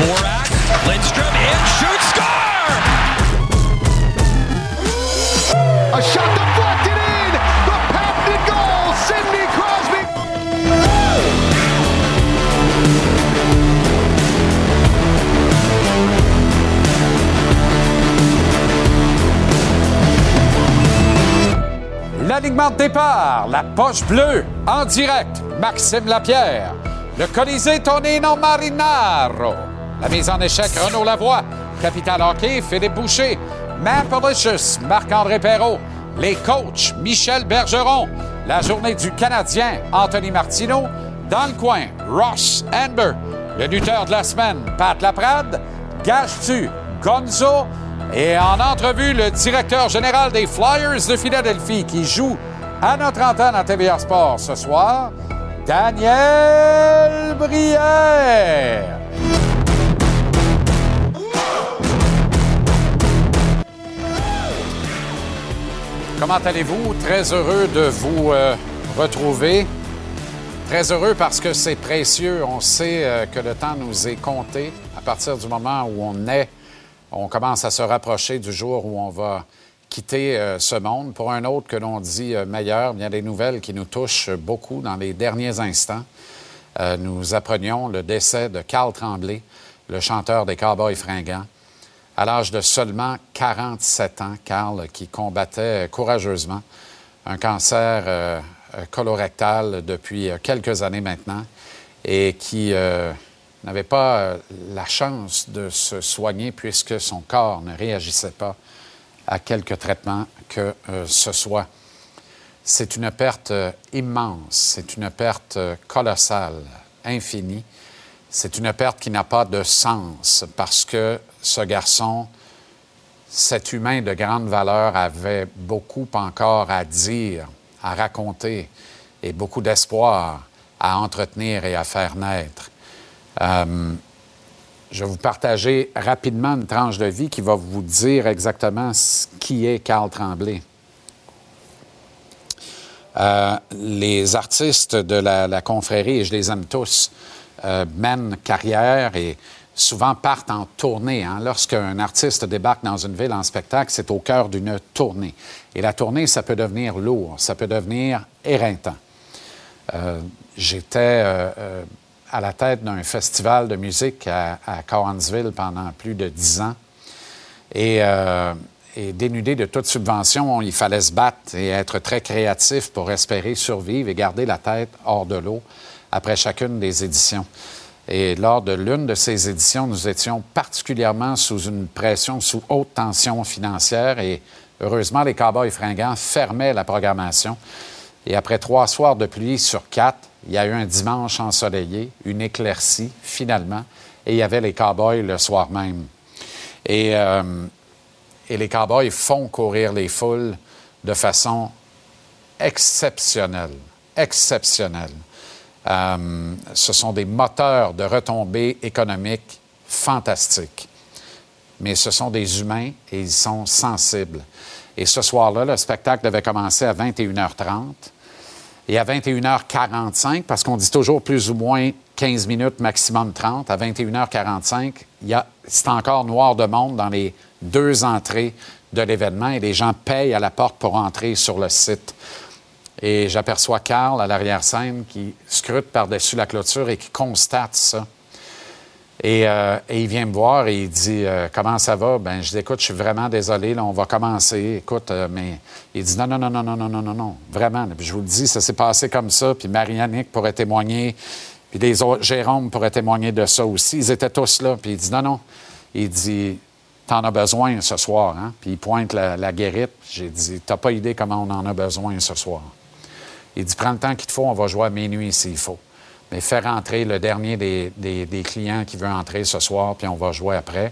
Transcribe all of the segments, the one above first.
Dvorak, Lindstrom in, shoots, score! A shot deflected in! The patented goal! Sidney Crosby! L'alignement de départ, la poche bleue, en direct, Maxime Lapierre. Le Colisée Tonino Marinaro. La mise en échec, Renaud Lavoie. Capital Hockey, Philippe Boucher. Mampalicious, Marc-André Perrault. Les coachs, Michel Bergeron. La journée du Canadien, Anthony Martineau. Dans le coin, Ross Amber. Le lutteur de la semaine, Pat Laprade. Gage-tu, Gonzo. Et en entrevue, le directeur général des Flyers de Philadelphie qui joue à notre antenne à TVA Sport ce soir, Daniel Brière. Comment allez-vous? Très heureux de vous retrouver. Très heureux parce que c'est précieux. On sait que le temps nous est compté à partir du moment où on commence à se rapprocher du jour où on va quitter ce monde. Pour un autre que l'on dit meilleur, il y a des nouvelles qui nous touchent beaucoup dans les derniers instants. Nous apprenions le décès de Carl Tremblay, le chanteur des Cowboys fringants, à l'âge de seulement 47 ans. Carl qui combattait courageusement un cancer colorectal depuis quelques années maintenant et qui n'avait pas la chance de se soigner puisque son corps ne réagissait pas à quelque traitement que ce soit. C'est une perte immense, c'est une perte colossale, infinie. C'est une perte qui n'a pas de sens parce que ce garçon, cet humain de grande valeur, avait beaucoup encore à dire, à raconter et beaucoup d'espoir à entretenir et à faire naître. Je vais vous partager rapidement une tranche de vie qui va vous dire exactement qui est Carl Tremblay. Les artistes de la confrérie, et je les aime tous, mènent carrière et souvent partent en tournée. Hein? Lorsqu'un artiste débarque dans une ville en spectacle, c'est au cœur d'une tournée. Et la tournée, ça peut devenir lourd, ça peut devenir éreintant. J'étais à la tête d'un festival de musique à Cowansville pendant plus de 10 ans. Et dénudé de toute subvention, il fallait se battre et être très créatif pour espérer survivre et garder la tête hors de l'eau après chacune des éditions. Et lors de l'une de ces éditions, nous étions particulièrement sous une pression, sous haute tension financière et heureusement, les Cowboys fringants fermaient la programmation. Et après 3 soirs de pluie sur 4, il y a eu un dimanche ensoleillé, une éclaircie, finalement, et il y avait les Cowboys le soir même. Et les Cowboys font courir les foules de façon exceptionnelle. Exceptionnelle. Ce sont des moteurs de retombées économiques fantastiques. Mais ce sont des humains et ils sont sensibles. Et ce soir-là, le spectacle devait commencer à 21h30. Et à 21h45, parce qu'on dit toujours plus ou moins 15 minutes, maximum 30, à 21h45, c'est encore noir de monde dans les 2 entrées de l'événement et les gens payent à la porte pour entrer sur le site. Et j'aperçois Carl à l'arrière-scène qui scrute par-dessus la clôture et qui constate ça. Et il vient me voir et il dit « Comment ça va? » Ben je dis « Écoute, je suis vraiment désolé, là, on va commencer. Écoute, mais... » Il dit « Non, vraiment. » Puis je vous le dis, ça s'est passé comme ça. Puis Marie-Annick pourrait témoigner. Puis les autres, Jérôme pourrait témoigner de ça aussi. Ils étaient tous là. Puis il dit « Non. » Il dit « T'en as besoin ce soir, hein? » Puis il pointe la guérite. J'ai dit « T'as pas idée comment on en a besoin ce soir. » Il dit « Prends le temps qu'il te faut, on va jouer à minuit s'il faut. » Mais faire entrer le dernier des clients qui veut entrer ce soir, puis on va jouer après.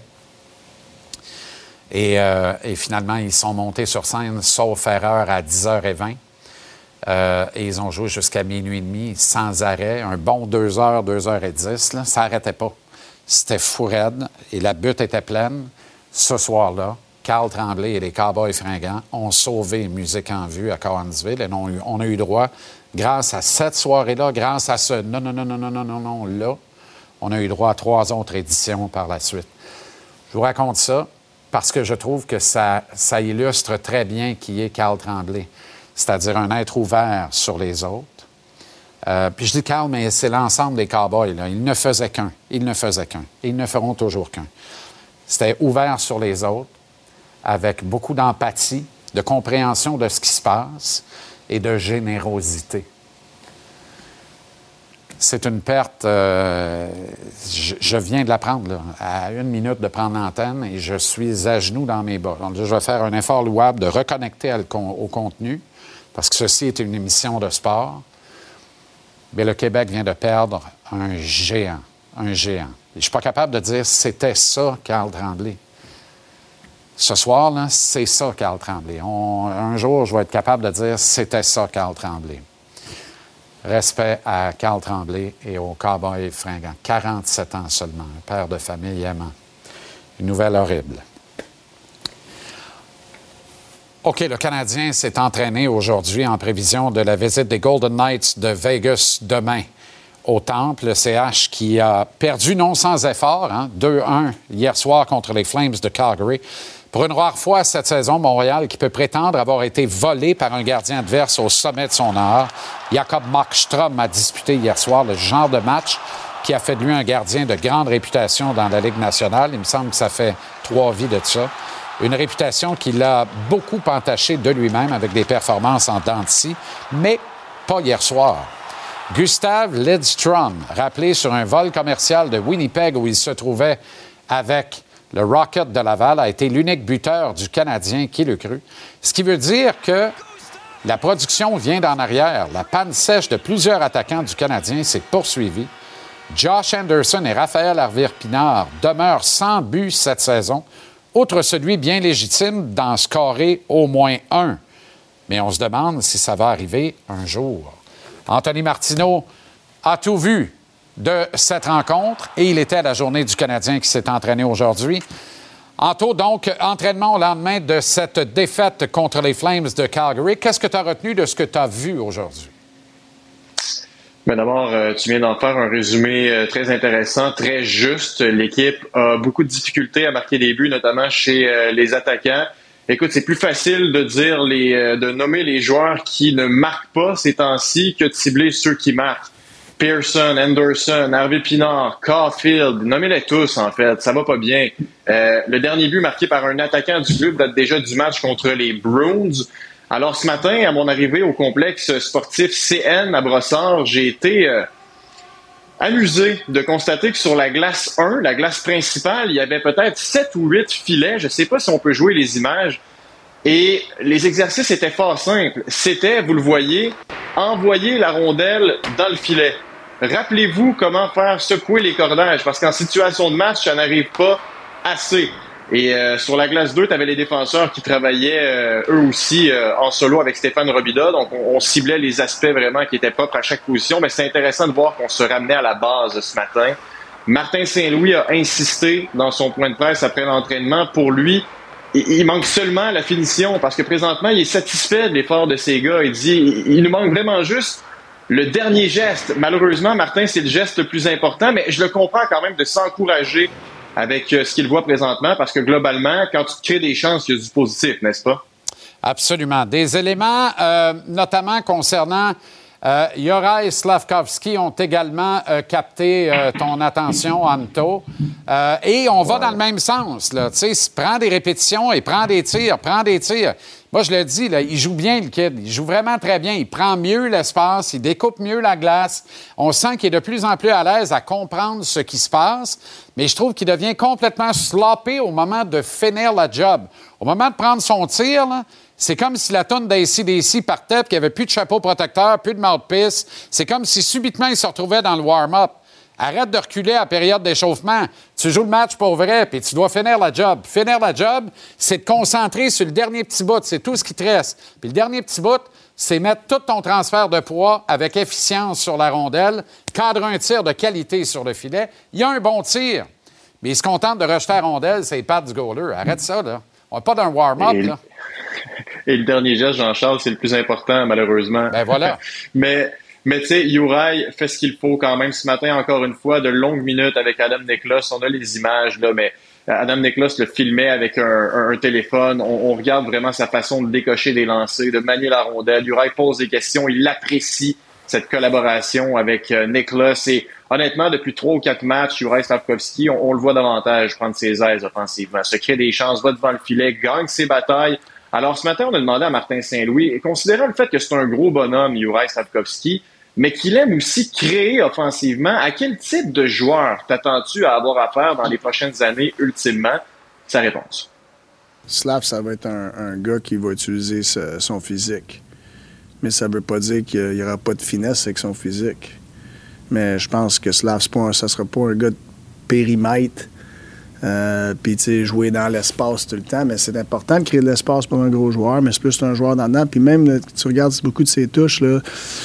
Et finalement, ils sont montés sur scène, sauf erreur, à 10h20. Et ils ont joué jusqu'à minuit et demi, sans arrêt. Un bon 2h, 2h10, là, ça n'arrêtait pas. C'était fou raide. Et la butte était pleine. Ce soir-là, Carl Tremblay et les Cowboys fringants ont sauvé Musique en vue à Cowansville. Et on a eu droit, grâce à cette soirée-là, grâce à ce non, là, On a eu droit à 3 autres éditions par la suite. Je vous raconte ça parce que je trouve que ça illustre très bien qui est Carl Tremblay, c'est-à-dire un être ouvert sur les autres. Puis je dis Carl, mais c'est l'ensemble des Cowboys, là. Ils ne faisaient qu'un. Ils ne faisaient qu'un. Ils ne feront toujours qu'un. C'était ouvert sur les autres, avec beaucoup d'empathie, de compréhension de ce qui se passe et de générosité. C'est une perte, je viens de l'apprendre, là, à 1 minute de prendre l'antenne et je suis à genoux dans mes bas. Donc, je vais faire un effort louable de reconnecter au contenu, parce que ceci est une émission de sport. Mais le Québec vient de perdre un géant, un géant. Et je ne suis pas capable de dire « c'était ça, Carl Tremblay ». Ce soir, là, c'est ça, Carl Tremblay. Un jour, je vais être capable de dire « c'était ça, Carl Tremblay ». Respect à Carl Tremblay et au Cowboy fringant. 47 ans seulement, un père de famille aimant. Une nouvelle horrible. OK, le Canadien s'est entraîné aujourd'hui en prévision de la visite des Golden Knights de Vegas demain au Temple. Le CH qui a perdu non sans effort, 2-1 hier soir contre les Flames de Calgary. Pour une rare fois cette saison, Montréal qui peut prétendre avoir été volé par un gardien adverse au sommet de son art. Jacob Markstrom a disputé hier soir le genre de match qui a fait de lui un gardien de grande réputation dans la Ligue nationale. Il me semble que ça fait 3 vies de ça. Une réputation qu'il a beaucoup entachée de lui-même avec des performances en dents de scie, mais pas hier soir. Gustav Lidstrom, rappelé sur un vol commercial de Winnipeg où il se trouvait avec le Rocket de Laval, a été l'unique buteur du Canadien, qui le crut. Ce qui veut dire que la production vient d'en arrière. La panne sèche de plusieurs attaquants du Canadien s'est poursuivie. Josh Anderson et Raphaël Harvey-Pinard demeurent sans but cette saison, outre celui bien légitime d'en scorer au moins un. Mais on se demande si ça va arriver un jour. Anthony Martineau a tout vu de cette rencontre et il était à la journée du Canadien qui s'est entraîné aujourd'hui. Anto, donc, entraînement au lendemain de cette défaite contre les Flames de Calgary. Qu'est-ce que tu as retenu de ce que tu as vu aujourd'hui? Mais d'abord, tu viens d'en faire un résumé très intéressant, très juste. L'équipe a beaucoup de difficultés à marquer des buts, notamment chez les attaquants. Écoute, c'est plus facile de dire de nommer les joueurs qui ne marquent pas ces temps-ci que de cibler ceux qui marquent. Pearson, Anderson, Harvey-Pinard, Caulfield, nommez-les tous, en fait. Ça va pas bien. Le dernier but marqué par un attaquant du club date déjà du match contre les Bruins. Alors, ce matin, à mon arrivée au complexe sportif CN à Brossard, j'ai été amusé de constater que sur la glace 1, la glace principale, il y avait peut-être 7 ou 8 filets. Je ne sais pas si on peut jouer les images. Et les exercices étaient fort simples. C'était, vous le voyez, envoyer la rondelle dans le filet. Rappelez-vous comment faire secouer les cordages, parce qu'en situation de match, ça n'arrive pas assez. Et sur la glace 2, tu avais les défenseurs qui travaillaient eux aussi en solo avec Stéphane Robida. Donc, on ciblait les aspects vraiment qui étaient propres à chaque position. Mais c'est intéressant de voir qu'on se ramenait à la base ce matin. Martin Saint-Louis a insisté dans son point de presse après l'entraînement. Pour lui, il manque seulement la finition parce que présentement, il est satisfait de l'effort de ses gars. Il dit, il nous manque vraiment juste le dernier geste. Malheureusement, Martin, c'est le geste le plus important, mais je le comprends quand même de s'encourager avec ce qu'il voit présentement, parce que globalement, quand tu te crées des chances, il y a du positif, n'est-ce pas? Absolument. Des éléments, notamment concernant Juraj Slafkovský, ont également capté ton attention, Anto. Et on va dans le même sens, là. Tu sais, prends des répétitions et prends des tirs. Moi, je le dis, là, il joue bien, le kid. Il joue vraiment très bien. Il prend mieux l'espace, il découpe mieux la glace. On sent qu'il est de plus en plus à l'aise à comprendre ce qui se passe. Mais je trouve qu'il devient complètement sloppy au moment de finir la job. Au moment de prendre son tir, là, c'est comme si la toune d'AC/DC partait et qu'il n'y avait plus de chapeau protecteur, plus de mouthpiece. C'est comme si subitement il se retrouvait dans le warm-up. Arrête de reculer à la période d'échauffement. Tu joues le match pour vrai, puis tu dois finir la job. Finir la job, c'est te concentrer sur le dernier petit bout. C'est tout ce qui te reste. Puis le dernier petit bout, c'est mettre tout ton transfert de poids avec efficience sur la rondelle, cadre un tir de qualité sur le filet. Il y a un bon tir, mais il se contente de rejeter la rondelle, c'est les pattes du goaler. Arrête ça, là. On n'est pas d'un warm-up, là. Et le dernier geste, Jean-Charles, c'est le plus important, malheureusement. Ben voilà. Mais Mais tu sais, Uri fait ce qu'il faut quand même ce matin, encore une fois, de longues minutes avec Adam Nicholas. On a les images, là, mais Adam Nicholas le filmait avec un téléphone. On regarde vraiment sa façon de décocher des lancers, de manier la rondelle. Uri pose des questions, il apprécie cette collaboration avec Nicholas. Et honnêtement, depuis 3 ou 4 matchs, Juraj Slafkovský, on le voit davantage prendre ses aises offensivement, se crée des chances, va devant le filet, gagne ses batailles. Alors ce matin, on a demandé à Martin Saint-Louis, et considérant le fait que c'est un gros bonhomme, Juraj Slafkovský, mais qu'il aime aussi créer offensivement, à quel type de joueur t'attends-tu à avoir affaire dans les prochaines années, ultimement? Sa réponse. Slav, ça va être un gars qui va utiliser son physique. Mais ça ne veut pas dire qu'il n'y aura pas de finesse avec son physique. Mais je pense que Slav, ça ne sera pas un gars de périmètre, puis tu sais, jouer dans l'espace tout le temps. Mais c'est important de créer de l'espace pour un gros joueur, mais c'est plus un joueur dans le dedans. Puis même, là, tu regardes beaucoup de ses touches, là,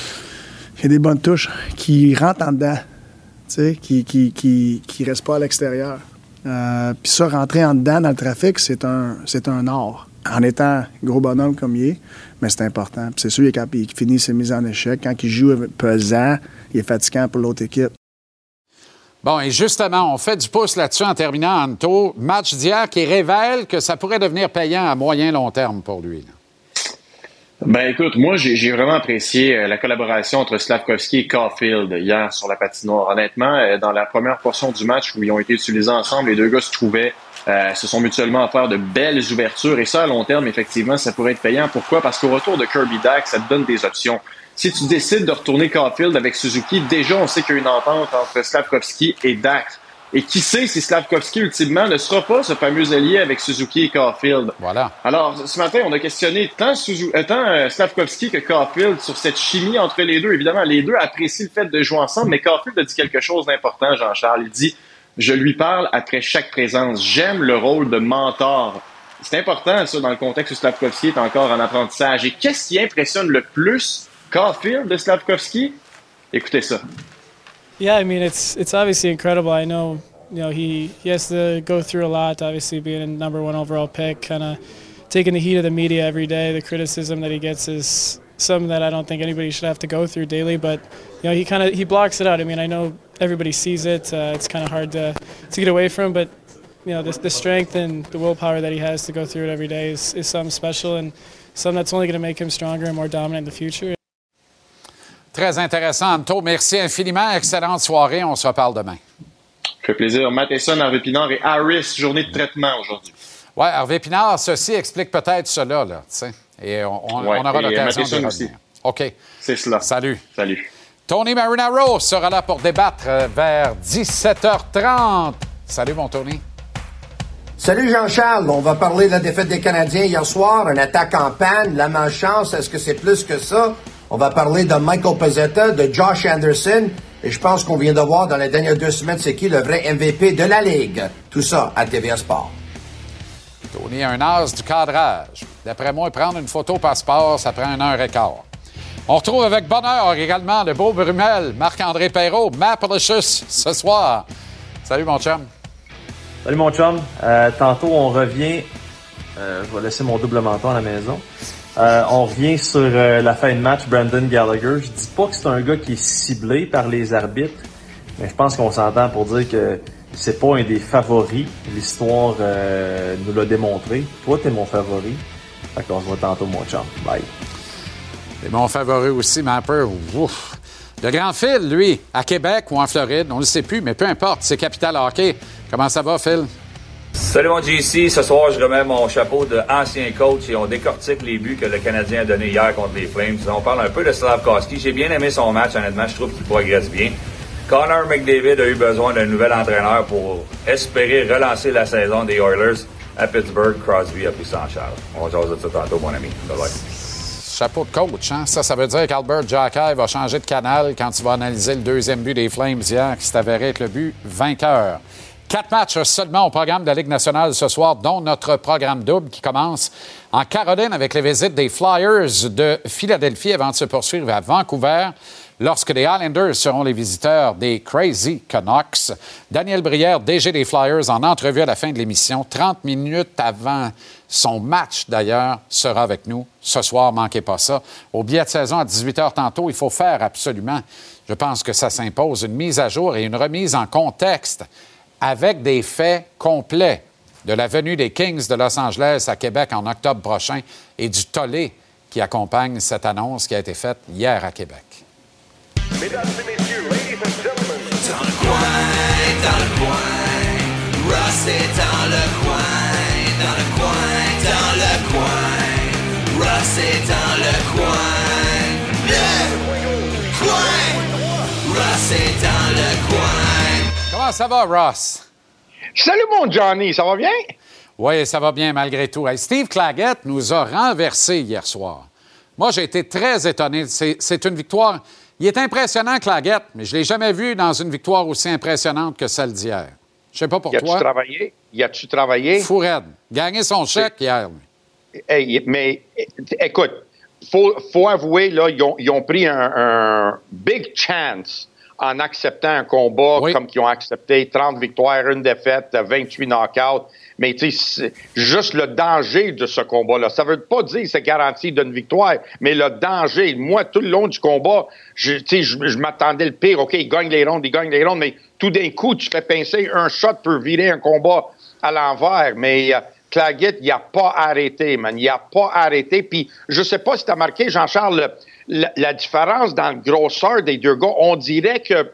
il y a des bonnes touches qui rentrent en dedans, tu sais, qui restent pas à l'extérieur. Puis ça, rentrer en dedans dans le trafic, c'est un art. En étant gros bonhomme comme il est, mais c'est important. Puis c'est sûr, quand il finit ses mises en échec, quand il joue pesant, il est fatigant pour l'autre équipe. Bon, et justement, on fait du pouce là-dessus en terminant, Anto. Match d'hier qui révèle que ça pourrait devenir payant à moyen-long terme pour lui, là. Ben écoute, moi j'ai vraiment apprécié la collaboration entre Slafkovský et Caulfield hier sur la patinoire. Honnêtement, dans la première portion du match où ils ont été utilisés ensemble, les deux gars se sont mutuellement offert de belles ouvertures et ça, à long terme, effectivement, ça pourrait être payant. Pourquoi? Parce qu'au retour de Kirby Dach, ça te donne des options. Si tu décides de retourner Caulfield avec Suzuki, déjà on sait qu'il y a une entente entre Slafkovský et Dach. Et qui sait si Slafkovský, ultimement, ne sera pas ce fameux allié avec Suzuki et Caulfield. Voilà. Alors, ce matin, on a questionné tant Slafkovský que Caulfield sur cette chimie entre les deux. Évidemment, les deux apprécient le fait de jouer ensemble, mais Caulfield a dit quelque chose d'important, Jean-Charles. Il dit « Je lui parle après chaque présence. J'aime le rôle de mentor. » C'est important, ça, dans le contexte où Slafkovský est encore en apprentissage. Et qu'est-ce qui impressionne le plus Caulfield de Slafkovský? Écoutez ça. Yeah, I mean, it's obviously incredible. I know, he has to go through a lot, obviously being a number 1 overall pick, kind of taking the heat of the media every day. The criticism that he gets is something that I don't think anybody should have to go through daily, but, he blocks it out. I mean, I know everybody sees it. It's kind of hard to get away from, but, the strength and the willpower that he has to go through it every day is something special and something that's only going to make him stronger and more dominant in the future. Très intéressant, Anto. Merci infiniment. Excellente soirée. On se reparle demain. Ça fait plaisir. Matheson, Harvey Pinard et Harris, journée de traitement aujourd'hui. Oui, Harvey Pinard, ceci explique peut-être cela, là, tu sais. Et on aura l'occasion de revenir. Aussi. OK. C'est cela. Salut. Salut. Tony Marinaro sera là pour débattre vers 17h30. Salut, mon Tony. Salut Jean-Charles, on va parler de la défaite des Canadiens hier soir, une attaque en panne, la malchance, est-ce que c'est plus que ça? On va parler de Michael Pezzetta, de Josh Anderson, et je pense qu'on vient de voir dans les dernières 2 semaines c'est qui le vrai MVP de la Ligue. Tout ça à TVA Sport. Tony a un as du cadrage. D'après moi, prendre une photo passeport, ça prend 1h15. On retrouve avec bonheur également le beau Brumel, Marc-André Perrault, Maplicious ce soir. Salut mon chum. Salut mon chum. Tantôt, on revient... je vais laisser mon double menton à la maison. On revient sur la fin de match, Brendan Gallagher. Je dis pas que c'est un gars qui est ciblé par les arbitres, mais je pense qu'on s'entend pour dire que c'est pas un des favoris. L'histoire nous l'a démontré. Toi, t'es mon favori. Fait qu'on se voit tantôt, mon chum. Bye. C'est mon favori aussi, mais un peu... Ouf. Le grand Phil, lui, à Québec ou en Floride, on ne le sait plus, mais peu importe, c'est Capital Hockey. Comment ça va, Phil? Salut mon JC, ce soir je remets mon chapeau d'ancien coach et on décortique les buts que le Canadien a donnés hier contre les Flames. On parle un peu de Slafkovský. J'ai bien aimé son match, honnêtement, je trouve qu'il progresse bien. Connor McDavid a eu besoin d'un nouvel entraîneur pour espérer relancer la saison des Oilers à Pittsburgh. Crosby a pris ça en charge. On va jaser de ça tantôt, mon ami. Bye-bye. Chapeau de coach, hein? Ça veut dire qu'Albert Jacquet va changer de canal quand tu vas analyser le 2e but des Flames hier, qui s'est avéré être le but vainqueur. 4 matchs seulement au programme de la Ligue nationale ce soir, dont notre programme double qui commence en Caroline avec les visites des Flyers de Philadelphie avant de se poursuivre à Vancouver lorsque les Islanders seront les visiteurs des Crazy Canucks. Daniel Brière, DG des Flyers, en entrevue à la fin de l'émission, 30 minutes avant son match, d'ailleurs, sera avec nous. Ce soir, manquez pas ça. Au billet de saison à 18h tantôt, il faut faire absolument, je pense que ça s'impose, une mise à jour et une remise en contexte avec des faits complets de la venue des Kings de Los Angeles à Québec en octobre prochain et du tollé qui accompagne cette annonce qui a été faite hier à Québec. Mesdames et messieurs, ladies and gentlemen. Dans le coin, Ross est dans le coin, dans le coin, Ross est dans le coin, Ross est dans le coin. Comment ça va, Ross? Salut, mon Johnny, ça va bien? Oui, ça va bien malgré tout. Hey, Steve Claggett nous a renversés hier soir. Moi, j'ai été très étonné. C'est une victoire. Il est impressionnant, Claggett, mais je ne l'ai jamais vu dans une victoire aussi impressionnante que celle d'hier. Je ne sais pas pour toi. Y a-tu travaillé? Fou raide. Gagné son chèque hier. Hey, mais écoute, faut avouer, là, ils ont pris un big chance en acceptant un combat comme qu'ils ont accepté 30 victoires, une défaite, 28 knockouts. Mais tu sais, juste le danger de ce combat-là. Ça veut pas dire que c'est garanti d'une victoire, mais le danger. Moi, tout le long du combat, je m'attendais le pire. OK, il gagne les rondes, mais tout d'un coup, tu fais pincer un shot pour virer un combat à l'envers. Mais Claggett, il n'a pas arrêté, man. Il n'a pas arrêté. Puis, je sais pas si tu as marqué, Jean-Charles, la différence dans le grosseur des deux gars. On dirait que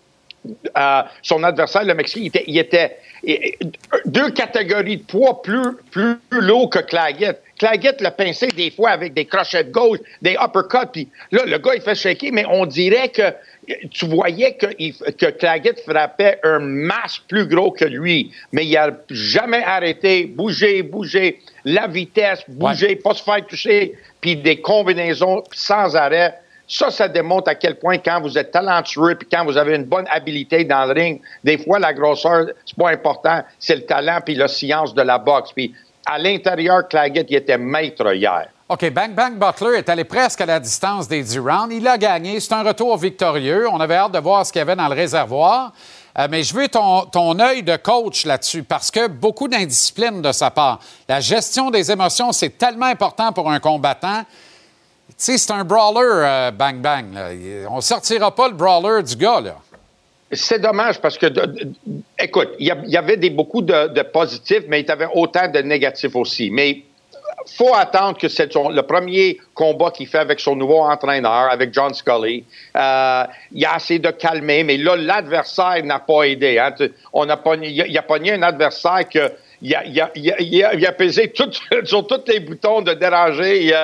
son adversaire, le Mexicain, il était deux catégories de poids plus lourd que Claggett. Claggett le pinçait des fois avec des crochets de gauche, des uppercuts, puis là, le gars, il fait shaker, mais on dirait que tu voyais que Claggett frappait un masse plus gros que lui, mais il n'a jamais arrêté, bouger, la vitesse, pas se faire toucher, puis des combinaisons sans arrêt. Ça démontre à quel point, quand vous êtes talentueux puis quand vous avez une bonne habilité dans le ring, des fois, la grosseur, c'est pas important, c'est le talent puis la science de la boxe. Puis à l'intérieur, Claggett, il était maître hier. OK, Bang Bang Butler est allé presque à la distance des 10 rounds. Il a gagné. C'est un retour victorieux. On avait hâte de voir ce qu'il y avait dans le réservoir. Mais je veux ton œil de coach là-dessus, parce que beaucoup d'indiscipline de sa part. La gestion des émotions, c'est tellement important pour un combattant. Tu sais, c'est un brawler, Bang Bang. Là. On ne sortira pas le brawler du gars, là. C'est dommage parce que, écoute, il y avait beaucoup de positifs, mais il y avait autant de négatifs aussi. Mais faut attendre que c'est le premier combat qu'il fait avec son nouveau entraîneur, avec John Scully. Il a essayé de calmer, mais là, l'adversaire n'a pas aidé. Hein. Il a pogné un adversaire que... Il a pesé sur tous les boutons de déranger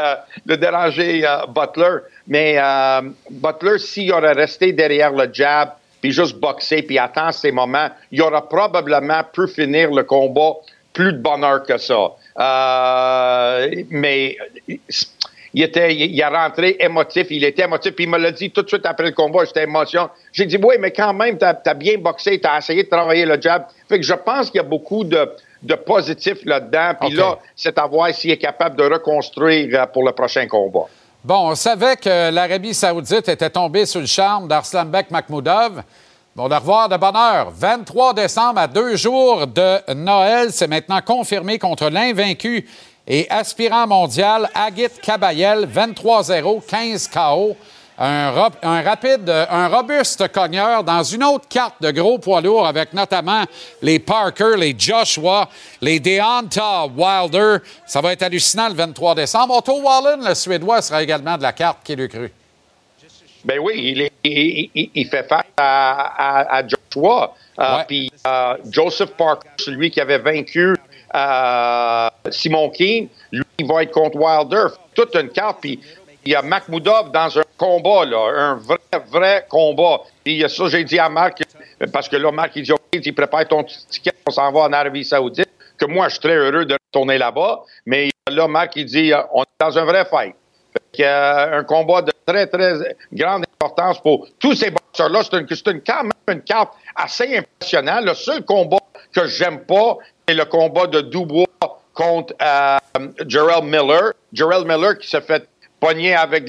Butler. Mais Butler, s'il aurait resté derrière le jab, puis juste boxer, puis attendre ces moments, il aurait probablement pu finir le combat plus de bonheur que ça. Mais il a rentré émotif, il était émotif, puis il me l'a dit tout de suite après le combat, j'étais émotion. J'ai dit, oui, mais quand même, t'as bien boxé, t'as essayé de travailler le jab. Fait que je pense qu'il y a beaucoup de positif là-dedans. Puis là, c'est à voir s'il est capable de reconstruire pour le prochain combat. Bon, on savait que l'Arabie saoudite était tombée sous le charme d'Arslanbek Makhmoudov. Bon, le revoir de bonne heure. 23 décembre, à 2 jours de Noël, c'est maintenant confirmé contre l'invaincu et aspirant mondial Agit Kabayel, 23-0, 15 KO. Un robuste cogneur dans une autre carte de gros poids lourds avec notamment les Parker, les Joshua, les Deonta Wilder. Ça va être hallucinant le 23 décembre. Otto Wallin, le Suédois, sera également de la carte. Qui l'eût cru? Ben oui, il fait face à Joshua. Puis Joseph Parker, celui qui avait vaincu Simon Keane, lui, il va être contre Wilder. Toute une carte, puis il y a Makhmoudov dans un combat, là, un vrai combat. Puis ça, j'ai dit à Marc, parce que là, Marc, il dit, OK, tu prépares ton ticket, on s'en va en Arabie Saoudite, que moi, je suis très heureux de retourner là-bas. Mais là, Marc, il dit, on est dans un vrai fight. Fait que, un combat de très, très grande importance pour tous ces boxeurs-là. C'est quand même une carte assez impressionnante. Le seul combat que j'aime pas, c'est le combat de Dubois contre Jarrell Miller. Jarrell Miller qui se fait pogné avec de la drogue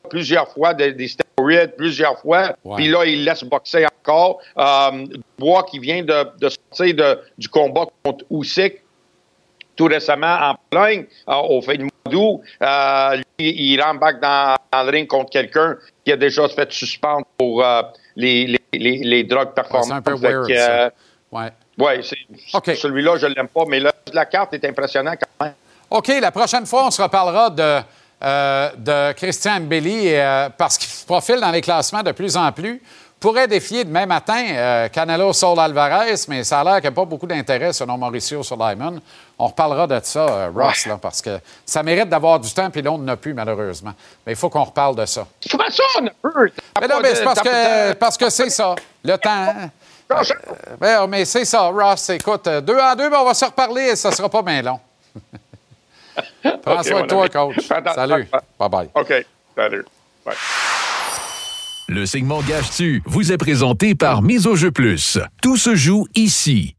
plusieurs fois des stéroïdes, plusieurs fois. Ouais. Puis là, il laisse boxer encore. Dubois qui vient de sortir du combat contre Usyk tout récemment en plein au fin du mois d'août. Lui, il rentre back dans le ring contre quelqu'un qui a déjà fait suspendre pour les drogues performantes. C'est un peu weird, ça. Ouais. Oui, celui-là, je ne l'aime pas, mais là, la carte est impressionnante quand même. OK, la prochaine fois, on se reparlera de Christian Mbelli parce qu'il se profile dans les classements de plus en plus. Pourrait défier demain matin Canelo Saul Alvarez, mais ça a l'air qu'il n'y a pas beaucoup d'intérêt selon Mauricio Sulaimon. On reparlera de ça, Ross, là, parce que ça mérite d'avoir du temps, puis là, on n'en a plus, malheureusement. Mais il faut qu'on reparle de ça. Comment ça, on a peu? Mais non, mais c'est parce que c'est ça, le temps. Mais c'est ça, Ross. Écoute, 2 en 2, mais on va se reparler et ça ne sera pas bien long. Prends soin de toi, coach. Salut. Bye-bye. OK. Salut. Bye. Le segment Gage-tu vous est présenté par Mise au jeu plus. Tout se joue ici.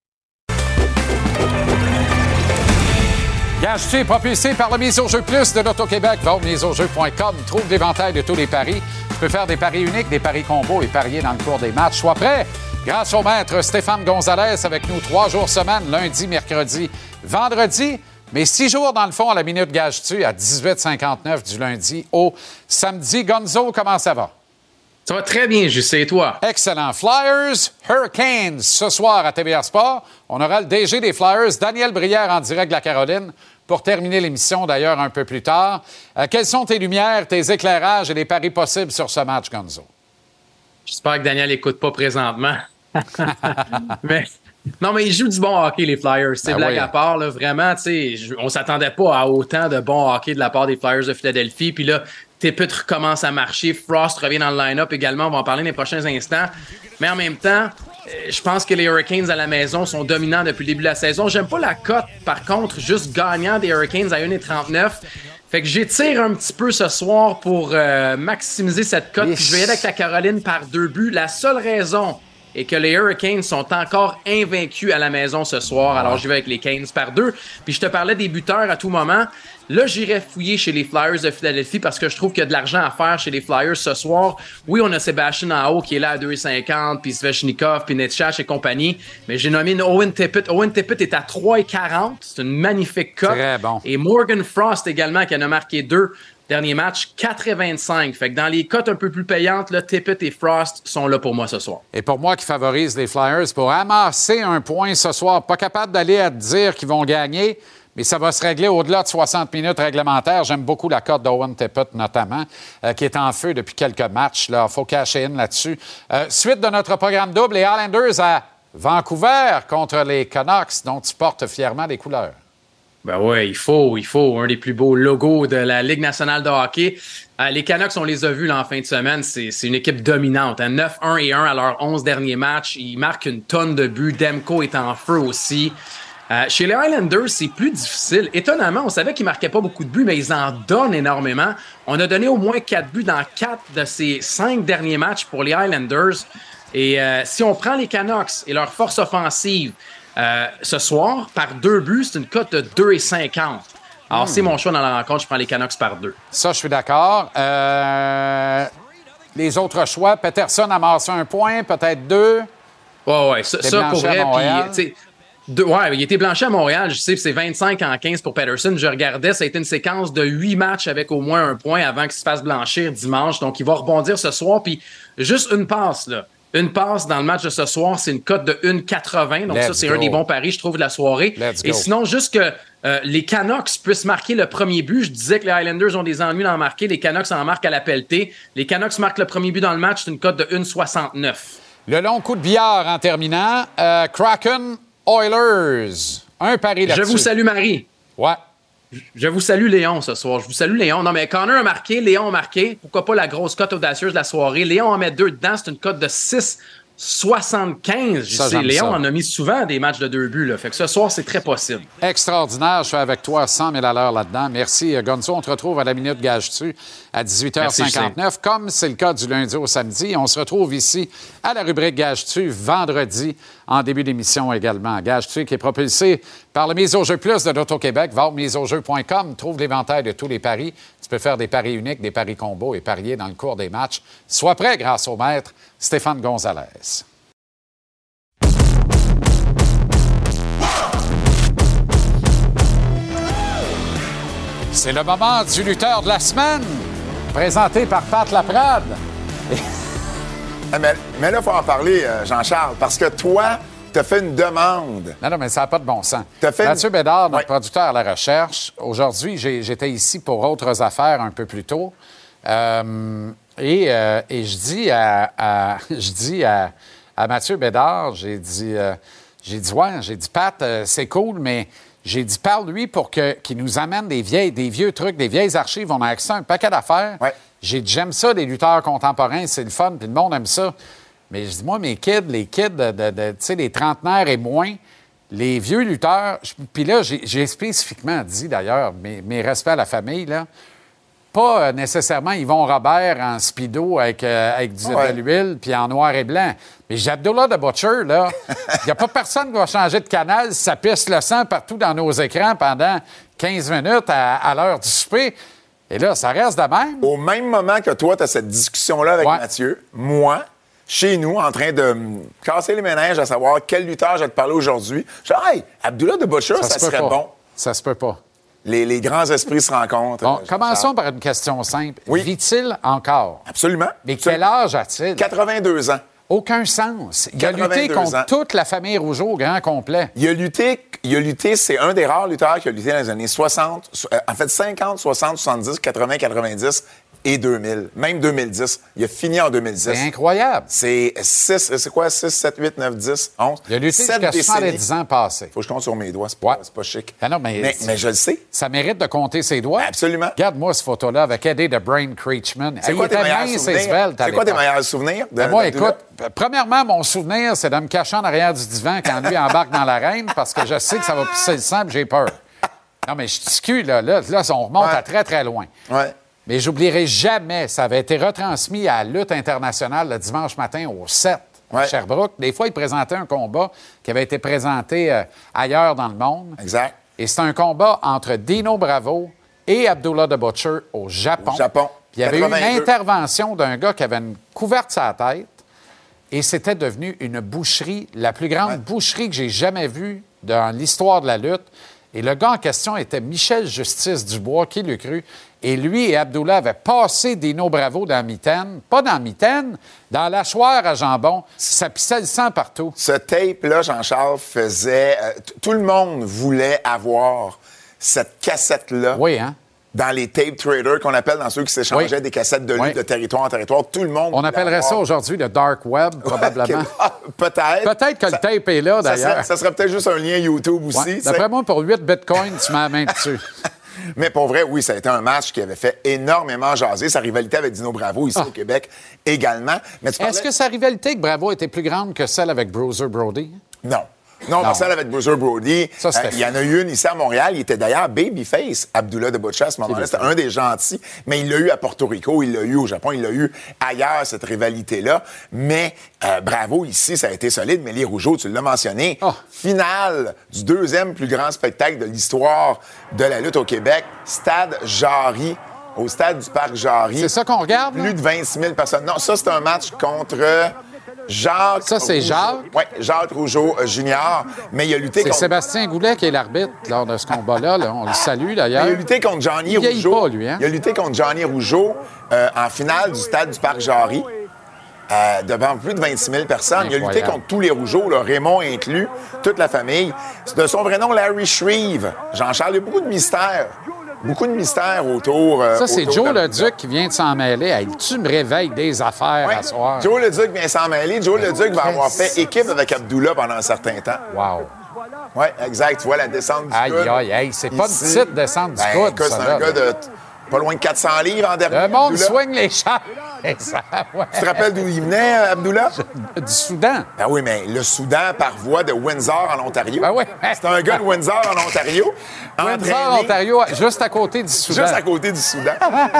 Gage-tu est propulsé par le Mise au jeu plus de l'Auto-Québec. Va au miseaujeu.com. Trouve l'éventail de tous les paris. Tu peux faire des paris uniques, des paris combos et parier dans le cours des matchs. Sois prêt. Grâce au maître Stéphane Gonzalez avec nous 3 jours semaine, lundi, mercredi, vendredi. Mais 6 jours dans le fond à la Minute Gage-tu à 18h59 du lundi au samedi. Gonzo, comment ça va? Ça va très bien, Justin, et toi? Excellent. Flyers, Hurricanes, ce soir à TVA Sport. On aura le DG des Flyers, Daniel Brière, en direct de la Caroline, pour terminer l'émission, d'ailleurs, un peu plus tard. Quelles sont tes lumières, tes éclairages et les paris possibles sur ce match, Gonzo? J'espère que Daniel n'écoute pas présentement. Non, mais ils jouent du bon hockey, les Flyers. C'est blague à part, là, vraiment, on s'attendait pas à autant de bon hockey de la part des Flyers de Philadelphie. Puis là, Tippett recommence à marcher. Frost revient dans le line-up également. On va en parler dans les prochains instants. Mais en même temps, je pense que les Hurricanes à la maison sont dominants depuis le début de la saison. J'aime pas la cote, par contre, juste gagnant des Hurricanes à 1,39. Fait que j'étire un petit peu ce soir pour maximiser cette cote. Puis je vais y aller avec la Caroline par 2 buts. La seule raison est que les Hurricanes sont encore invaincus à la maison ce soir. Alors, je vais avec les Canes par 2. Puis je te parlais des buteurs à tout moment. Là, j'irais fouiller chez les Flyers de Philadelphie parce que je trouve qu'il y a de l'argent à faire chez les Flyers ce soir. Oui, on a Sébastien Aho qui est là à 2,50, puis Svechnikov, puis Netchach et compagnie. Mais j'ai nommé Owen Tippett. Owen Tippett est à 3,40. C'est une magnifique cote. Très bon. Et Morgan Frost également qui en a marqué 2. Dernier match, 4,25. Fait que dans les cotes un peu plus payantes, là, Tippett et Frost sont là pour moi ce soir. Et pour moi qui favorise les Flyers pour amasser un point ce soir, pas capable d'aller à te dire qu'ils vont gagner, mais ça va se régler au-delà de 60 minutes réglementaires. J'aime beaucoup la cote d'Owen Tippett notamment, qui est en feu depuis quelques matchs. Il faut cacher in là-dessus. Suite de notre programme double, les Islanders à Vancouver contre les Canucks, dont tu portes fièrement les couleurs. Ben ouais, il faut. Un des plus beaux logos de la Ligue nationale de hockey. Les Canucks, on les a vus là, en fin de semaine. C'est une équipe dominante. 9-1-1 à leurs 11 derniers matchs. Ils marquent une tonne de buts. Demko est en feu aussi. Chez les Highlanders, c'est plus difficile. Étonnamment, on savait qu'ils ne marquaient pas beaucoup de buts, mais ils en donnent énormément. On a donné au moins 4 buts dans 4 de ces 5 derniers matchs pour les Highlanders. Et si on prend les Canucks et leur force offensive, ce soir, par 2 buts, c'est une cote de 2,50. Alors, c'est mon choix dans la rencontre. Je prends les Canucks par 2. Ça, je suis d'accord. Les autres choix, Peterson a amassé 1 point, peut-être 2. Ouais, ça pour vrai. Puis, il était blanchi à Montréal. Je sais, c'est 25-15 pour Peterson. Je regardais, ça a été une séquence de 8 matchs avec au moins 1 point avant qu'il se fasse blanchir dimanche. Donc, il va rebondir ce soir. Puis, juste une passe, là. Une passe dans le match de ce soir, c'est une cote de 1,80. Donc, c'est un des bons paris, je trouve, de la soirée. Et sinon, juste que les Canucks puissent marquer le premier but. Je disais que les Highlanders ont des ennuis d'en marquer. Les Canucks en marquent à la pelletée. Les Canucks marquent le premier but dans le match. C'est une cote de 1,69. Le long coup de billard en terminant. Kraken Oilers. Un pari là-dessus. Je vous salue, Marie. Ouais. Je vous salue, Léon, ce soir. Je vous salue, Léon. Non, mais Connor a marqué, Léon a marqué. Pourquoi pas la grosse cote audacieuse de la soirée? Léon en met 2 dedans. C'est une cote de 6,75. Je sais, Léon en a mis souvent des matchs de 2 buts. Là. Fait que ce soir, c'est très possible. Extraordinaire. Je suis avec toi à 100 000 à l'heure là-dedans. Merci, Gonzo. On te retrouve à la Minute Gage-tu à 18h59, comme c'est le cas du lundi au samedi. On se retrouve ici à la rubrique Gage-tu vendredi en début d'émission également. Gage-tu qui est propulsé par le Mise au jeu plus de l'Auto-Québec. Va au miseaujeu.com. Trouve l'éventail de tous les paris. Tu Tu peux faire des paris uniques, des paris combos et parier dans le cours des matchs. Sois prêt grâce au maître Stéphane Gonzalez. C'est le moment du lutteur de la semaine, présenté par Pat Laprade. Mais là, il faut en parler, Jean-Charles, parce que toi, tu as fait une demande. Non, mais ça n'a pas de bon sens. Mathieu Bédard, notre producteur à la recherche, aujourd'hui, j'étais ici pour autres affaires un peu plus tôt. Et je dis à Mathieu Bédard, j'ai dit, Pat, c'est cool, mais j'ai dit, parle-lui pour qu'il nous amène des vieux trucs, des vieilles archives. On a accès à un paquet d'affaires. Ouais. J'ai dit, j'aime ça, les lutteurs contemporains, c'est le fun, puis le monde aime ça. Mais je dis, moi, les kids, tu sais, les trentenaires et moins, les vieux lutteurs, puis là, j'ai spécifiquement dit, d'ailleurs, mes respects à la famille, là, pas nécessairement Yvon Robert en speedo avec de l'huile puis en noir et blanc. Mais j'ai Abdullah the Butcher, là, il n'y a pas personne qui va changer de canal si ça pisse le sang partout dans nos écrans pendant 15 minutes à l'heure du souper. Et là, ça reste de même. Au même moment que toi, tu as cette discussion-là avec Mathieu, moi, chez nous, en train de casser les méninges à savoir quel lutteur je vais te parler aujourd'hui, je dis, hey, Abdullah the Butcher, ça serait bon. Ça se peut pas. Les grands esprits se rencontrent. Bon, commençons par une question simple. Oui. Vit-il encore? Absolument. Mais quel âge a-t-il? 82 ans. Aucun sens. Il a lutté contre toute la famille Rougeau au grand complet. Il a lutté, c'est un des rares lutteurs qui a lutté dans les années 60, en fait 50, 60, 70, 80, 90 et 2000. Même 2010. Il a fini en 2010. C'est incroyable. C'est 6, c'est quoi? 6, 7, 8, 9, 10, 11. Il a lutté jusqu'à 70 ans passés. Faut que je compte sur mes doigts. C'est pas chic. Ah non, mais je le sais. Ça mérite de compter ses doigts. Absolument. Regarde-moi cette photo-là avec Eddie de Brain Creechman. C'est quoi tes meilleurs souvenirs? C'est quoi tes meilleurs souvenirs? Moi, écoute, premièrement, mon souvenir, c'est de me cacher en arrière du divan quand lui embarque dans l'arène parce que je sais que ça va pisser le sang et j'ai peur. Non, mais je discute, là, on remonte à très, très loin. Ouais. Mais j'oublierai jamais, ça avait été retransmis à la lutte internationale le dimanche matin au 7 à Sherbrooke. Des fois, il présentait un combat qui avait été présenté ailleurs dans le monde. Exact. Et c'est un combat entre Dino Bravo et Abdullah the Butcher au Japon. Puis il y avait eu une intervention d'un gars qui avait une couverte sur la tête et c'était devenu une boucherie, la plus grande boucherie que j'ai jamais vue dans l'histoire de la lutte. Et le gars en question était Michel Justice Dubois, qui l'eût cru. Et lui et Abdullah avaient passé Dino Bravo dans la mitaine. Pas dans la mitaine, dans l'hachoir à jambon. Ça pissait le sang partout. Ce tape-là, Jean-Charles, faisait... tout le monde voulait avoir cette cassette-là. Oui, hein? Dans les tape traders, qu'on appelle dans ceux qui s'échangeaient des cassettes de lutte de territoire en territoire. Tout le monde... On appellerait ça aujourd'hui le dark web, probablement. Peut-être. Peut-être que le tape est là, d'ailleurs. Ça serait peut-être juste un lien YouTube aussi. D'après moi, pour 8 bitcoins, tu mets la main dessus. Mais pour vrai, oui, ça a été un match qui avait fait énormément jaser. Sa rivalité avec Dino Bravo ici au Québec également. Mais Est-ce que sa rivalité avec Bravo était plus grande que celle avec Bruiser Brody? Non, celle avec Bruiser Brody, il y en a eu une ici à Montréal. Il était d'ailleurs babyface, Abdullah the Butcher, à ce moment-là. C'était un des gentils. Mais il l'a eu à Porto Rico, il l'a eu au Japon, il l'a eu ailleurs, cette rivalité-là. Mais Bravo, ici, ça a été solide. Mais les Rougeaux, tu l'as mentionné, finale du deuxième plus grand spectacle de l'histoire de la lutte au Québec, Stade Jarry, au Stade du Parc Jarry. C'est ça qu'on regarde? Plus de 26 000 personnes. Non, ça, c'est un match contre... Jacques. Ça, c'est Jacques? Oui, Jacques Rougeau Junior. Mais il a lutté contre... C'est Sébastien Goulet qui est l'arbitre lors de ce combat-là. On le salue, d'ailleurs. Il a lutté contre Johnny Rougeau. Pas, lui, hein? Il a lutté contre Johnny Rougeau en finale du Stade du Parc Jarry. Devant plus de 26 000 personnes. Incroyable. Il a lutté contre tous les Rougeaux, là, Raymond inclus, toute la famille. De son vrai nom, Larry Shreve. Jean-Charles, il y a beaucoup de mystères. Beaucoup de mystères autour. Ça, c'est Joe Leduc qui vient de s'en mêler. Hey, tu me réveilles des affaires à soir. Joe Leduc vient s'en mêler. Joe Leduc va avoir fait équipe avec Abdullah pendant un certain temps. Wow. Oui, exact. Tu vois la descente du coude. Aïe, c'est pas une petite descente du coude. Écoute, c'est un gars de pas loin de 400 livres en dernier. Le monde swing les chars. Tu te rappelles d'où il venait, Abdullah? Du Soudan. Ben oui, mais le Soudan par voie de Windsor, en Ontario. Ben oui. C'est un gars de Windsor, en Ontario. Windsor, Ontario, juste à côté du Soudan. Juste à côté du Soudan.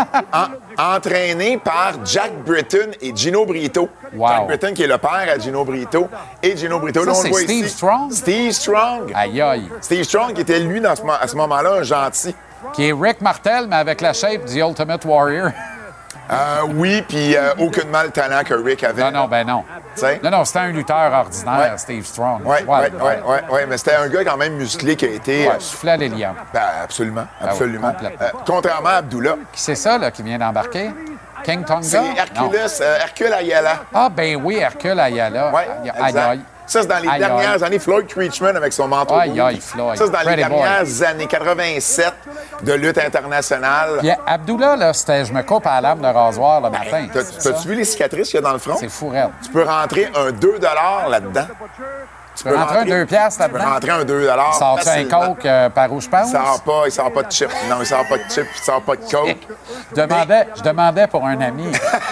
Entraîné par Jack Britton et Gino Brito. Wow. Jack Britton, qui est le père à Gino Brito. Et Gino Brito, là, on le voit Steve ici. Strong? Steve Strong. Aïe. Steve Strong, qui était, lui, à ce moment-là, un gentil. Qui est Rick Martel, mais avec la shape du Ultimate Warrior. Oui, puis aucunement le talent que Rick avait. Non, ben non. T'sais? Non, c'était un lutteur ordinaire, Steve Strong. Oui, mais c'était un gars quand même musclé qui a été... soufflé à l'hélium. Ben, absolument. Oui, contrairement à Abdullah. C'est ça, là, qui vient d'embarquer? King Tonga? C'est Hercule Ayala. Ah, ben oui, Hercule Ayala. Oui, exact. Ça, c'est dans les dernières années. Floyd Creechman avec son manteau rouge. Floyd. Ça, c'est dans les dernières années, 87 de lutte internationale. Puis Abdullah, là, c'était je me coupe à la lame de rasoir le matin. T'as-tu vu les cicatrices qu'il y a dans le front? C'est fou, raide. Tu peux rentrer un 2 là-dedans. Tu peux rentrer un 2 piastres là-dedans? Tu peux rentrer un 2 Sors-tu un coke par où je pense? Il sort pas de chip. Non, il sort pas de chip, il sort pas de coke. Je demandais pour un ami.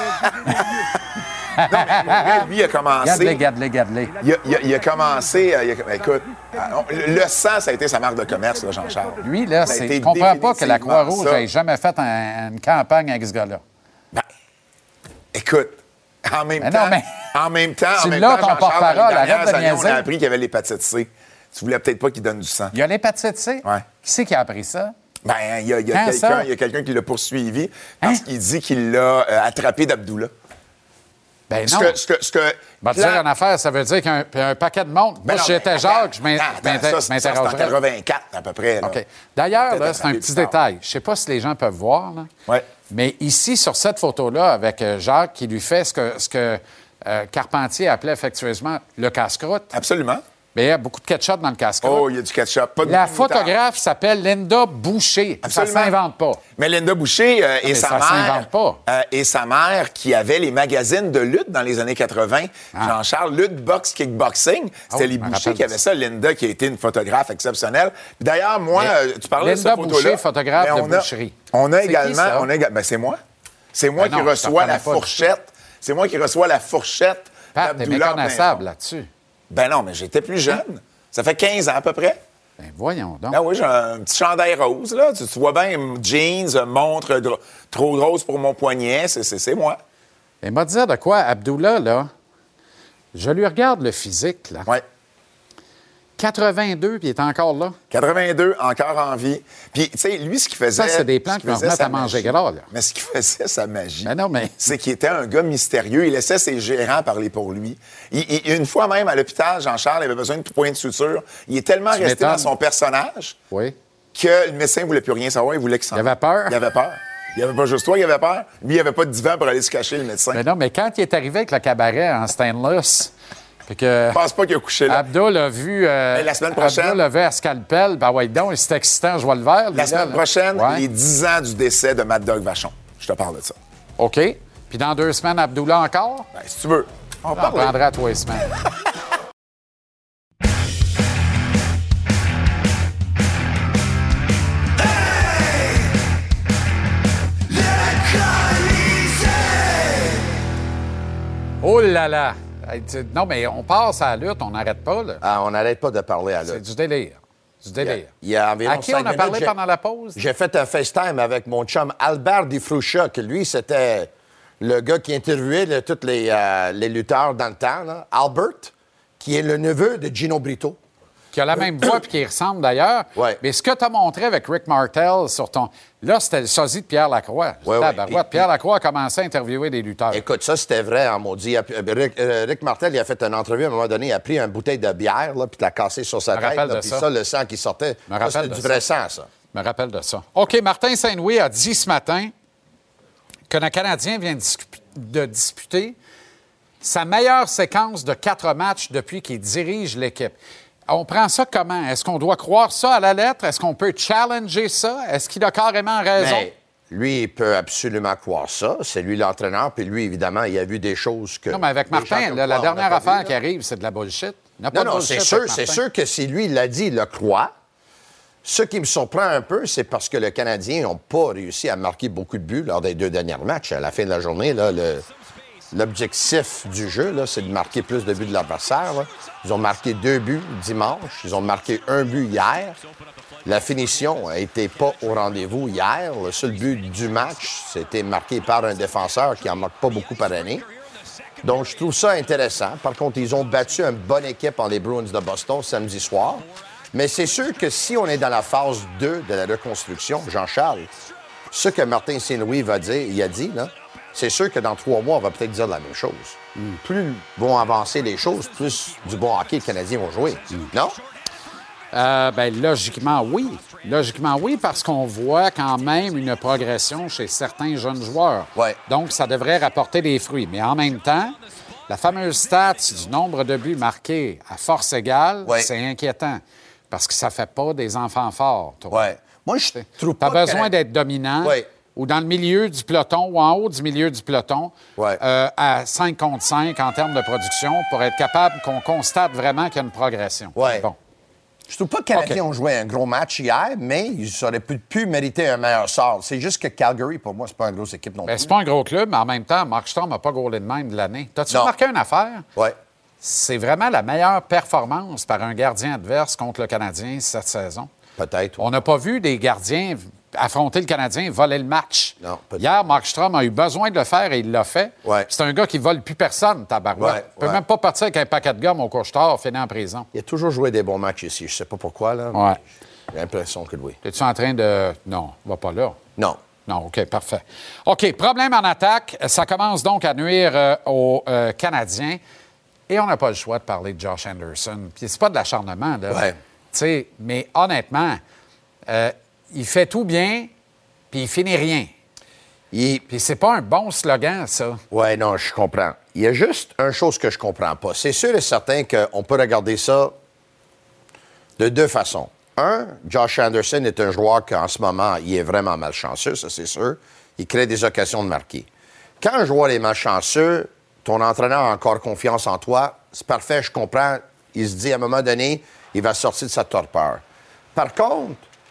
Non, mais lui, il a commencé... Gadley. Il a commencé... écoute, le sang, ça a été sa marque de commerce, là, Jean-Charles. Lui, là, je comprends pas que la Croix-Rouge n'ait jamais fait une campagne avec ce gars-là. Ben, écoute, en même temps, Jean-Charles, dans les dernières années, on a appris qu'il y avait l'hépatite C. Tu voulais peut-être pas qu'il donne du sang. Il y a l'hépatite C? Oui. Qui c'est qui a appris ça? Ben, il y a quelqu'un qui l'a poursuivi parce qu'il dit qu'il l'a attrapé d'Abdullah. Ben non. Va te dire une affaire, ça veut dire qu'un paquet de monde. Moi, si j'étais Jacques, je m'interrogerais. Ça, c'est en 84 à peu près. Là. OK. D'ailleurs, là, c'est un petit détail. Je ne sais pas si les gens peuvent voir, là, mais ici, sur cette photo-là, avec Jacques qui lui fait ce que Carpentier appelait affectueusement le casse-croûte. Absolument. Mais il y a beaucoup de ketchup dans le casse-croûte. Oh, il y a du ketchup. La photographe s'appelle Linda Boucher. Absolument. Ça ne s'invente pas. Mais Linda Boucher et sa mère... et sa mère qui avait les magazines de lutte dans les années 80. Jean-Charles, lutte, boxe, kickboxing. C'était les Boucher qui avaient ça. Linda qui a été une photographe exceptionnelle. D'ailleurs, moi, tu parlais de cette photo-là. Linda Boucher, photographe de boucherie. On a également... Ben, c'est moi. C'est moi qui reçois la fourchette. C'est moi qui reçois la fourchette. Pat, t'es méconnaissable là-dessus. Ben non, mais j'étais plus jeune. Ça fait 15 ans à peu près. Ben voyons donc. Ben oui, j'ai un petit chandail rose, là. Tu vois bien, jeans, montre trop grosse pour mon poignet. C'est moi. Et m'a dit de quoi, Abdullah, là, je lui regarde le physique, là. Oui. 82, puis il est encore là. 82, encore en vie. Puis, tu sais, lui, ce qu'il faisait... Ça, c'est des plans qui vont se mettre à manger gras, là. Mais ce qu'il faisait, sa magie, mais... c'est qu'il était un gars mystérieux. Il laissait ses gérants parler pour lui. Une fois même, à l'hôpital, Jean-Charles avait besoin de points de suture. Il est tellement resté dans son personnage que le médecin ne voulait plus rien savoir. Il voulait qu'il s'en... Il avait peur? Il avait peur. Il n'y avait pas juste toi qui avait peur. Lui, il n'y avait pas de divan pour aller se cacher, le médecin. Mais non, mais quand il est arrivé avec le cabaret en stainless... Je pense pas qu'il a couché là. Abdul a vu... la semaine prochaine... Abdul a vu à scalpel. Ben ouais, donc, c'est excitant, je vois le vert. La semaine prochaine, les 10 ans du décès de Mad Dog Vachon. Je te parle de ça. OK. Puis dans 2 semaines, Abdullah encore? Ben, si tu veux. On prendra 3 semaines. Oh là là! Non, mais on passe à la lutte, on n'arrête pas, là. Ah, on n'arrête pas de parler à la lutte. C'est du délire. Du délire. Il y a environ à qui on a parlé pendant la pause? J'ai fait un FaceTime avec mon chum Albert Di Fruscia, que lui, c'était le gars qui interviewait tous les lutteurs dans le temps, là. Albert, qui est le neveu de Gino Brito. Qui a la même voix puis qui ressemble d'ailleurs. Ouais. Mais ce que tu as montré avec Rick Martel sur ton... Là, c'était le sosie de Pierre Lacroix. Pierre Lacroix a commencé à interviewer des lutteurs. Écoute, ça, c'était vrai en maudit. Rick Martel, il a fait une entrevue à un moment donné, il a pris une bouteille de bière, là, puis l'a cassé sur sa tête. Puis ça, le sang qui sortait, c'était du vrai sang, ça. Je me rappelle de ça. OK, Martin Saint-Louis a dit ce matin que le Canadien vient de disputer sa meilleure séquence de 4 matchs depuis qu'il dirige l'équipe. On prend ça comment? Est-ce qu'on doit croire ça à la lettre? Est-ce qu'on peut challenger ça? Est-ce qu'il a carrément raison? Mais lui, il peut absolument croire ça. C'est lui l'entraîneur, puis lui, évidemment, il a vu des choses que... Non, mais avec Martin, la dernière affaire qui arrive, c'est de la bullshit. Non, c'est sûr que si lui, il l'a dit, il le croit. Ce qui me surprend un peu, c'est parce que les Canadiens n'ont pas réussi à marquer beaucoup de buts lors des 2 derniers matchs. À la fin de la journée, là, l'objectif du jeu, là, c'est de marquer plus de buts de l'adversaire. Ils ont marqué 2 buts dimanche. Ils ont marqué 1 but hier. La finition n'était pas au rendez-vous hier. Le seul but du match, c'était marqué par un défenseur qui n'en marque pas beaucoup par année. Donc, je trouve ça intéressant. Par contre, ils ont battu une bonne équipe en les Bruins de Boston samedi soir. Mais c'est sûr que si on est dans la phase 2 de la reconstruction, Jean-Charles, ce que Martin Saint-Louis a dit, là, c'est sûr que dans 3 mois, on va peut-être dire la même chose. Plus vont avancer les choses, plus du bon hockey les Canadiens vont jouer. Non? Logiquement, oui. Logiquement, oui, parce qu'on voit quand même une progression chez certains jeunes joueurs. Ouais. Donc, ça devrait rapporter des fruits. Mais en même temps, la fameuse stat du nombre de buts marqués à force égale, c'est inquiétant. Parce que ça fait pas des enfants forts, toi. Ouais. Moi, je trouve pas... T'as besoin d'être dominant ou dans le milieu du peloton ou en haut du milieu du peloton à 5 contre 5 en termes de production pour être capable qu'on constate vraiment qu'il y a une progression. Ouais. Bon. Je trouve pas que les Canadiens ont joué un gros match hier, mais ils auraient pu mériter un meilleur sort. C'est juste que Calgary, pour moi, c'est pas une grosse équipe non plus. C'est pas un gros club, mais en même temps, Markstrom n'a pas gaulé de même de l'année. T'as-tu remarqué une affaire? Oui. C'est vraiment la meilleure performance par un gardien adverse contre le Canadien cette saison. Peut-être. On n'a pas vu des gardiens affronter le Canadien, voler le match. Non, hier, Markstrom a eu besoin de le faire et il l'a fait. Ouais. C'est un gars qui vole plus personne, tabarouette. Il peut même pas partir avec un paquet de gomme au couche-tard, finir en prison. Il a toujours joué des bons matchs ici. Je sais pas pourquoi, là. Ouais. J'ai l'impression que oui. Es-tu en train de... Non, on va pas là. Non. Non, OK, parfait. OK, problème en attaque. Ça commence donc à nuire aux Canadiens. Et on n'a pas le choix de parler de Josh Anderson. Puis c'est pas de l'acharnement, là. Ouais. Tu sais, mais honnêtement, il fait tout bien, puis il finit rien. Puis c'est pas un bon slogan, ça. Oui, non, je comprends. Il y a juste une chose que je comprends pas. C'est sûr et certain qu'on peut regarder ça de 2 façons. Un, Josh Anderson est un joueur qu'en ce moment, il est vraiment malchanceux, ça c'est sûr. Il crée des occasions de marquer. Quand un joueur est malchanceux, ton entraîneur a encore confiance en toi, c'est parfait, je comprends. Il se dit, à un moment donné, il va sortir de sa torpeur. Par contre,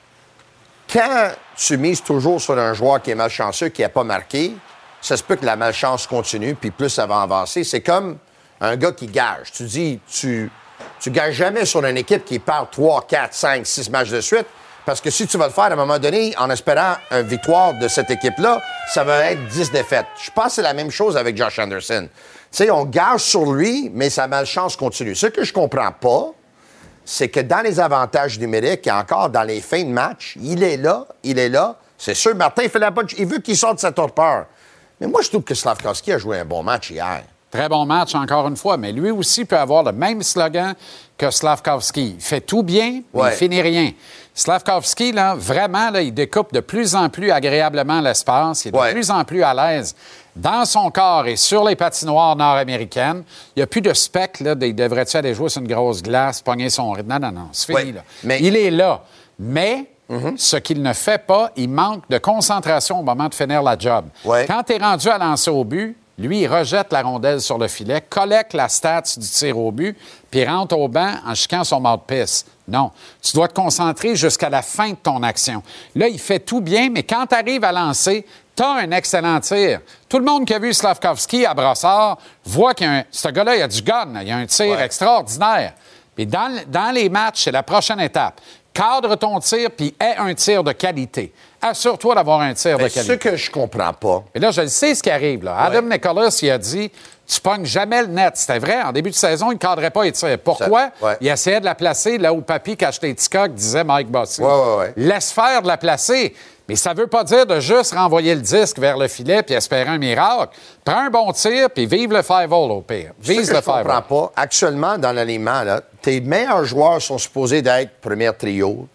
quand tu mises toujours sur un joueur qui est malchanceux, qui n'a pas marqué, ça se peut que la malchance continue, puis plus ça va avancer. C'est comme un gars qui gage. Tu dis, tu gages jamais sur une équipe qui perd 3, 4, 5, 6 matchs de suite, parce que si tu vas le faire à un moment donné, en espérant une victoire de cette équipe-là, ça va être 10 défaites. Je pense que c'est la même chose avec Josh Anderson. Tu sais, on gage sur lui, mais sa malchance continue. Ce que je comprends pas, c'est que dans les avantages numériques et encore dans les fins de match, il est là. C'est sûr, Martin fait la bonne... Il veut qu'il sorte de sa torpeur. Mais moi, je trouve que Slafkovsky a joué un bon match hier. Très bon match, encore une fois. Mais lui aussi peut avoir le même slogan que Slafkovsky. Il fait tout bien, mais il finit rien. Slafkovsky, là, vraiment, là, il découpe de plus en plus agréablement l'espace. Il est de plus en plus à l'aise dans son corps et sur les patinoires nord-américaines. Il n'y a plus de spec, là, il devrait-tu aller jouer sur une grosse glace, pogner son rythme? Non, c'est fini, là. Mais... Il est là. Mais... ce qu'il ne fait pas, il manque de concentration au moment de finir la job. Quand tu es rendu à lancer au but, lui, il rejette la rondelle sur le filet, collecte la stats du tir au but, puis rentre au banc en chiquant son mouthpiece. Non. Tu dois te concentrer jusqu'à la fin de ton action. Là, il fait tout bien, mais quand tu arrives à lancer, tu as un excellent tir. Tout le monde qui a vu Slafkovsky à Brossard voit que ce gars-là, il a du gun. Il a un tir extraordinaire. Puis dans les matchs, c'est la prochaine étape. Cadre ton tir, puis aie un tir de qualité. Assure-toi d'avoir un tir de qualité. Ce que je comprends pas... Et là, je le sais ce qui arrive. Là. Adam Nicholas, il a dit, tu pognes jamais le net. C'était vrai, en début de saison, il ne cadrait pas les tirs. Pourquoi? Il essayait de la placer là où Papy cache les petits coques, disait Mike Bossy. Laisse faire de la placer. Mais ça ne veut pas dire de juste renvoyer le disque vers le filet puis espérer un miracle. Prends un bon tir puis vive le 5-hole au pire. Vise le 5-hole. Je comprends pas. Actuellement, dans l'alignement, tes meilleurs joueurs sont supposés d'être premier trio.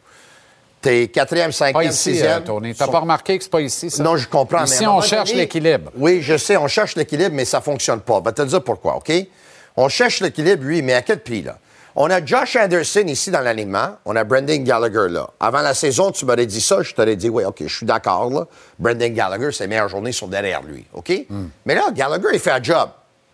Tes 4e, 5e, 6e... Tony. T'as pas remarqué que c'est pas ici, ça? Non, je comprends. Ici, on cherche l'équilibre. Oui, je sais, on cherche l'équilibre, mais ça ne fonctionne pas. Je vais te dire pourquoi, OK? On cherche l'équilibre, oui, mais à quel prix, là? On a Josh Anderson ici dans l'alignement. On a Brendan Gallagher là. Avant la saison, tu m'aurais dit ça, je t'aurais dit, oui, OK, je suis d'accord, là. Brendan Gallagher, ses meilleures journées sont derrière lui, OK? Mais là, Gallagher, il fait un job.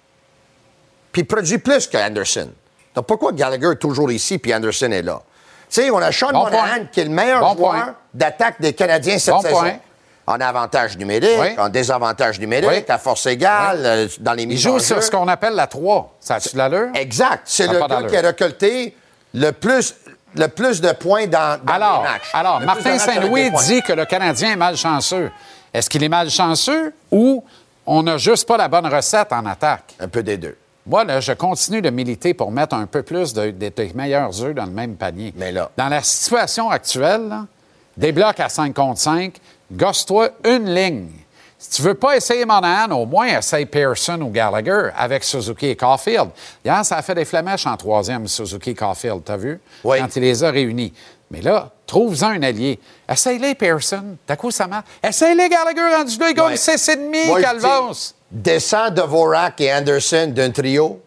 Puis il produit plus qu'Anderson. Donc pourquoi Gallagher est toujours ici puis Anderson est là? Tu sais, on a Sean Monahan, qui est le meilleur joueur d'attaque des Canadiens cette saison. En avantage numérique, en désavantage numérique, à force égale, dans les mises en jeu. Il joue sur ce qu'on appelle la 3. Ça a-tu l'allure? Exact. C'est le gars qui a récolté le plus de points dans les matchs. Alors, Martin Saint-Louis dit que le Canadien est malchanceux. Est-ce qu'il est malchanceux ou on n'a juste pas la bonne recette en attaque? Un peu des deux. Moi, là, je continue de militer pour mettre un peu plus de tes meilleurs œufs dans le même panier. Mais là... Dans la situation actuelle, là, des blocs à 5 contre 5, gosse-toi une ligne. Si tu veux pas essayer Monahan, au moins essaye Pearson ou Gallagher avec Suzuki et Caulfield. Hier, ça a fait des flamèches en troisième, Suzuki et Caulfield, t'as vu? Oui. Quand il les a réunis. Mais là, trouve-en un allié. Essaye-les, Pearson. D'un coup, ça marche. Essaye-les, Gallagher, rendu là, il gagne 6,5, Calvas. Descends Dvorak et Anderson d'un trio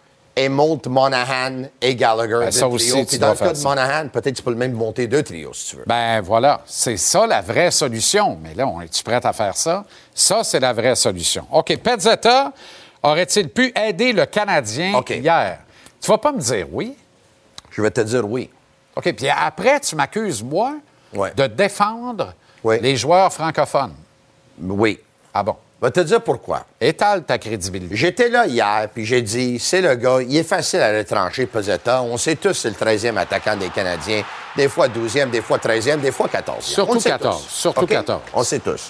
et monte Monahan et Gallagher d'un trio. Aussi, puis dans le cas de Monahan, peut-être tu peux même monter 2 trios, si tu veux. Ben voilà, c'est ça la vraie solution. Mais là, es-tu prête à faire ça? Ça, c'est la vraie solution. OK, Pezzetta aurait-il pu aider le Canadien hier? Tu vas pas me dire oui? Je vais te dire oui. OK, puis après, tu m'accuses, moi, de défendre les joueurs francophones. Oui. Ah bon? Je vais te dire pourquoi. Étale ta crédibilité. J'étais là hier, puis j'ai dit, c'est le gars, il est facile à retrancher, Pezzetta. On sait tous, c'est le 13e attaquant des Canadiens. Des fois 12e, des fois 13e, des fois 14e. Surtout 14. Surtout 14. On sait tous.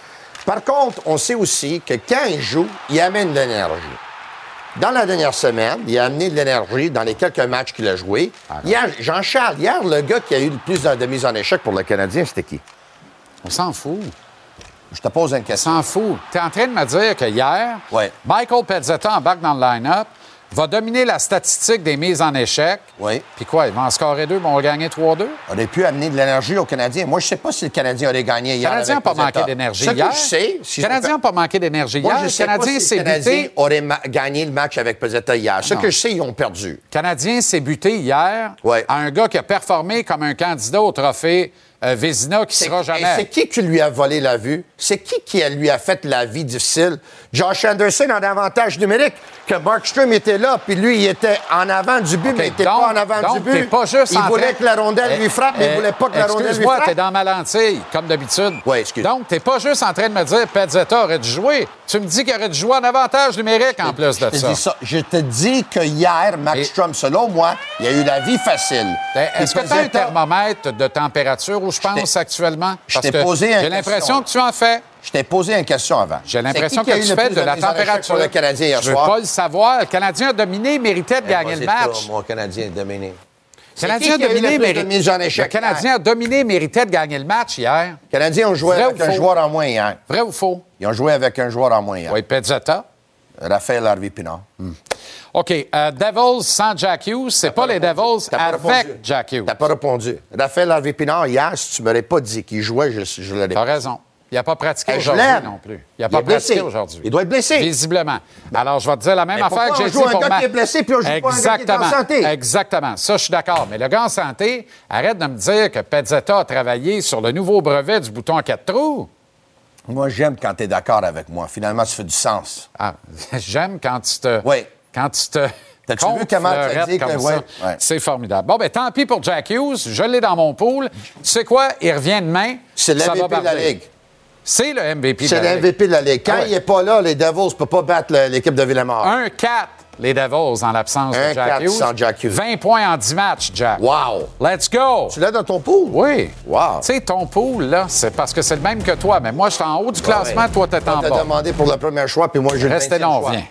Par contre, on sait aussi que quand il joue, il amène de l'énergie. Dans la dernière semaine, il a amené de l'énergie dans les quelques matchs qu'il a joués. Hier, Jean-Charles, le gars qui a eu le plus de mises en échec pour le Canadien, c'était qui? On s'en fout. Je te pose une question. On s'en fout. Tu es en train de me dire que hier, Michael Pezzetta embarque dans le line-up, va dominer la statistique des mises en échec. Oui. Puis quoi, il va en scorer 2, mais on va gagner 3-2? On aurait pu amener de l'énergie aux Canadiens. Moi, je ne sais pas si le Canadien aurait gagné hier. Le Canadien n'a pas manqué d'énergie hier. Ce que je sais... Le Canadien n'a pas manqué d'énergie hier. Moi, je sais pas si le Canadien aurait gagné le match avec Pezzetta hier. Ce que je sais, ils ont perdu. Le Canadien s'est buté hier à un gars qui a performé comme un candidat au trophée Vézina qui sera jamais. Et c'est qui lui a volé la vue? C'est qui lui a fait la vie difficile? Josh Anderson en avantage numérique, que Markstrom était là, puis lui, il était en avant du but, mais il n'était pas en avant du but. Pas juste il voulait que la rondelle lui frappe, mais il ne voulait pas que la rondelle lui frappe. Excuse-moi, t'es dans ma lentille, comme d'habitude. Oui, excuse. Donc, t'es pas juste en train de me dire Pezzetta aurait dû jouer. Tu me dis qu'il aurait dû jouer en avantage numérique en plus de ça. Je te dis que hier, Markstrom, selon moi, il a eu la vie facile. Est-ce que tu as un thermomètre de température où je pense actuellement? Parce que j'ai l'impression que tu en fais. Je t'ai posé une question avant. J'ai l'impression que tu fais de la température. Le Canadien hier soir. Je veux pas le savoir. Le Canadien a dominé, méritait de gagner le match. Moi, le Canadien a dominé. Le Canadien a dominé, méritait de gagner le match hier. Les Canadiens ont joué avec un joueur en moins hier. Vrai ou faux? Ils ont joué avec un joueur en moins hier. Oui, Pezzetta. Raphaël Harvey-Pinard. OK. Devils sans Jack Hughes, c'est pas les Devils avec Jack Hughes. T'as pas répondu. Raphaël Harvey-Pinard, hier, si tu m'aurais pas dit qu'il jouait, je l'aurais. T'as raison. Il n'a pas pratiqué aujourd'hui non plus. Il n'a pas pratiqué aujourd'hui. Il doit être blessé. Visiblement. Alors, je vais te dire la même affaire que j'ai dit pour un gars qui est blessé, puis on joue pas un gars qui est en santé. Exactement. Ça, je suis d'accord. Mais le gars en santé, arrête de me dire que Pezzetta a travaillé sur le nouveau brevet du bouton à 4 trous. Moi, j'aime quand tu es d'accord avec moi. Finalement, ça fait du sens. Ah, j'aime quand tu te... Oui. Quand tu te... T'as-tu vu comment tu as dit que... Ouais. C'est formidable. Bon, bien, tant pis pour Jack Hughes. Je l'ai dans mon pool. Tu sais quoi? Il revient demain. C'est l'MVP de la Ligue. C'est le MVP de la Ligue. C'est le MVP de la Ligue. Quand il n'est pas là, les Devils ne peuvent pas battre l'équipe de Villemort. 1-4, les Devils, en l'absence de Jack Hughes. Sans Jack Hughes. 20 points en 10 matchs, Jack. Wow! Let's go! Tu l'as dans ton pool? Oui. Wow! Tu sais, ton pool, là, c'est parce que c'est le même que toi. Mais moi, je suis en haut du classement, toi, t'es en bas. Tu as demandé pour le premier choix, puis moi, je le Restez là, on vient.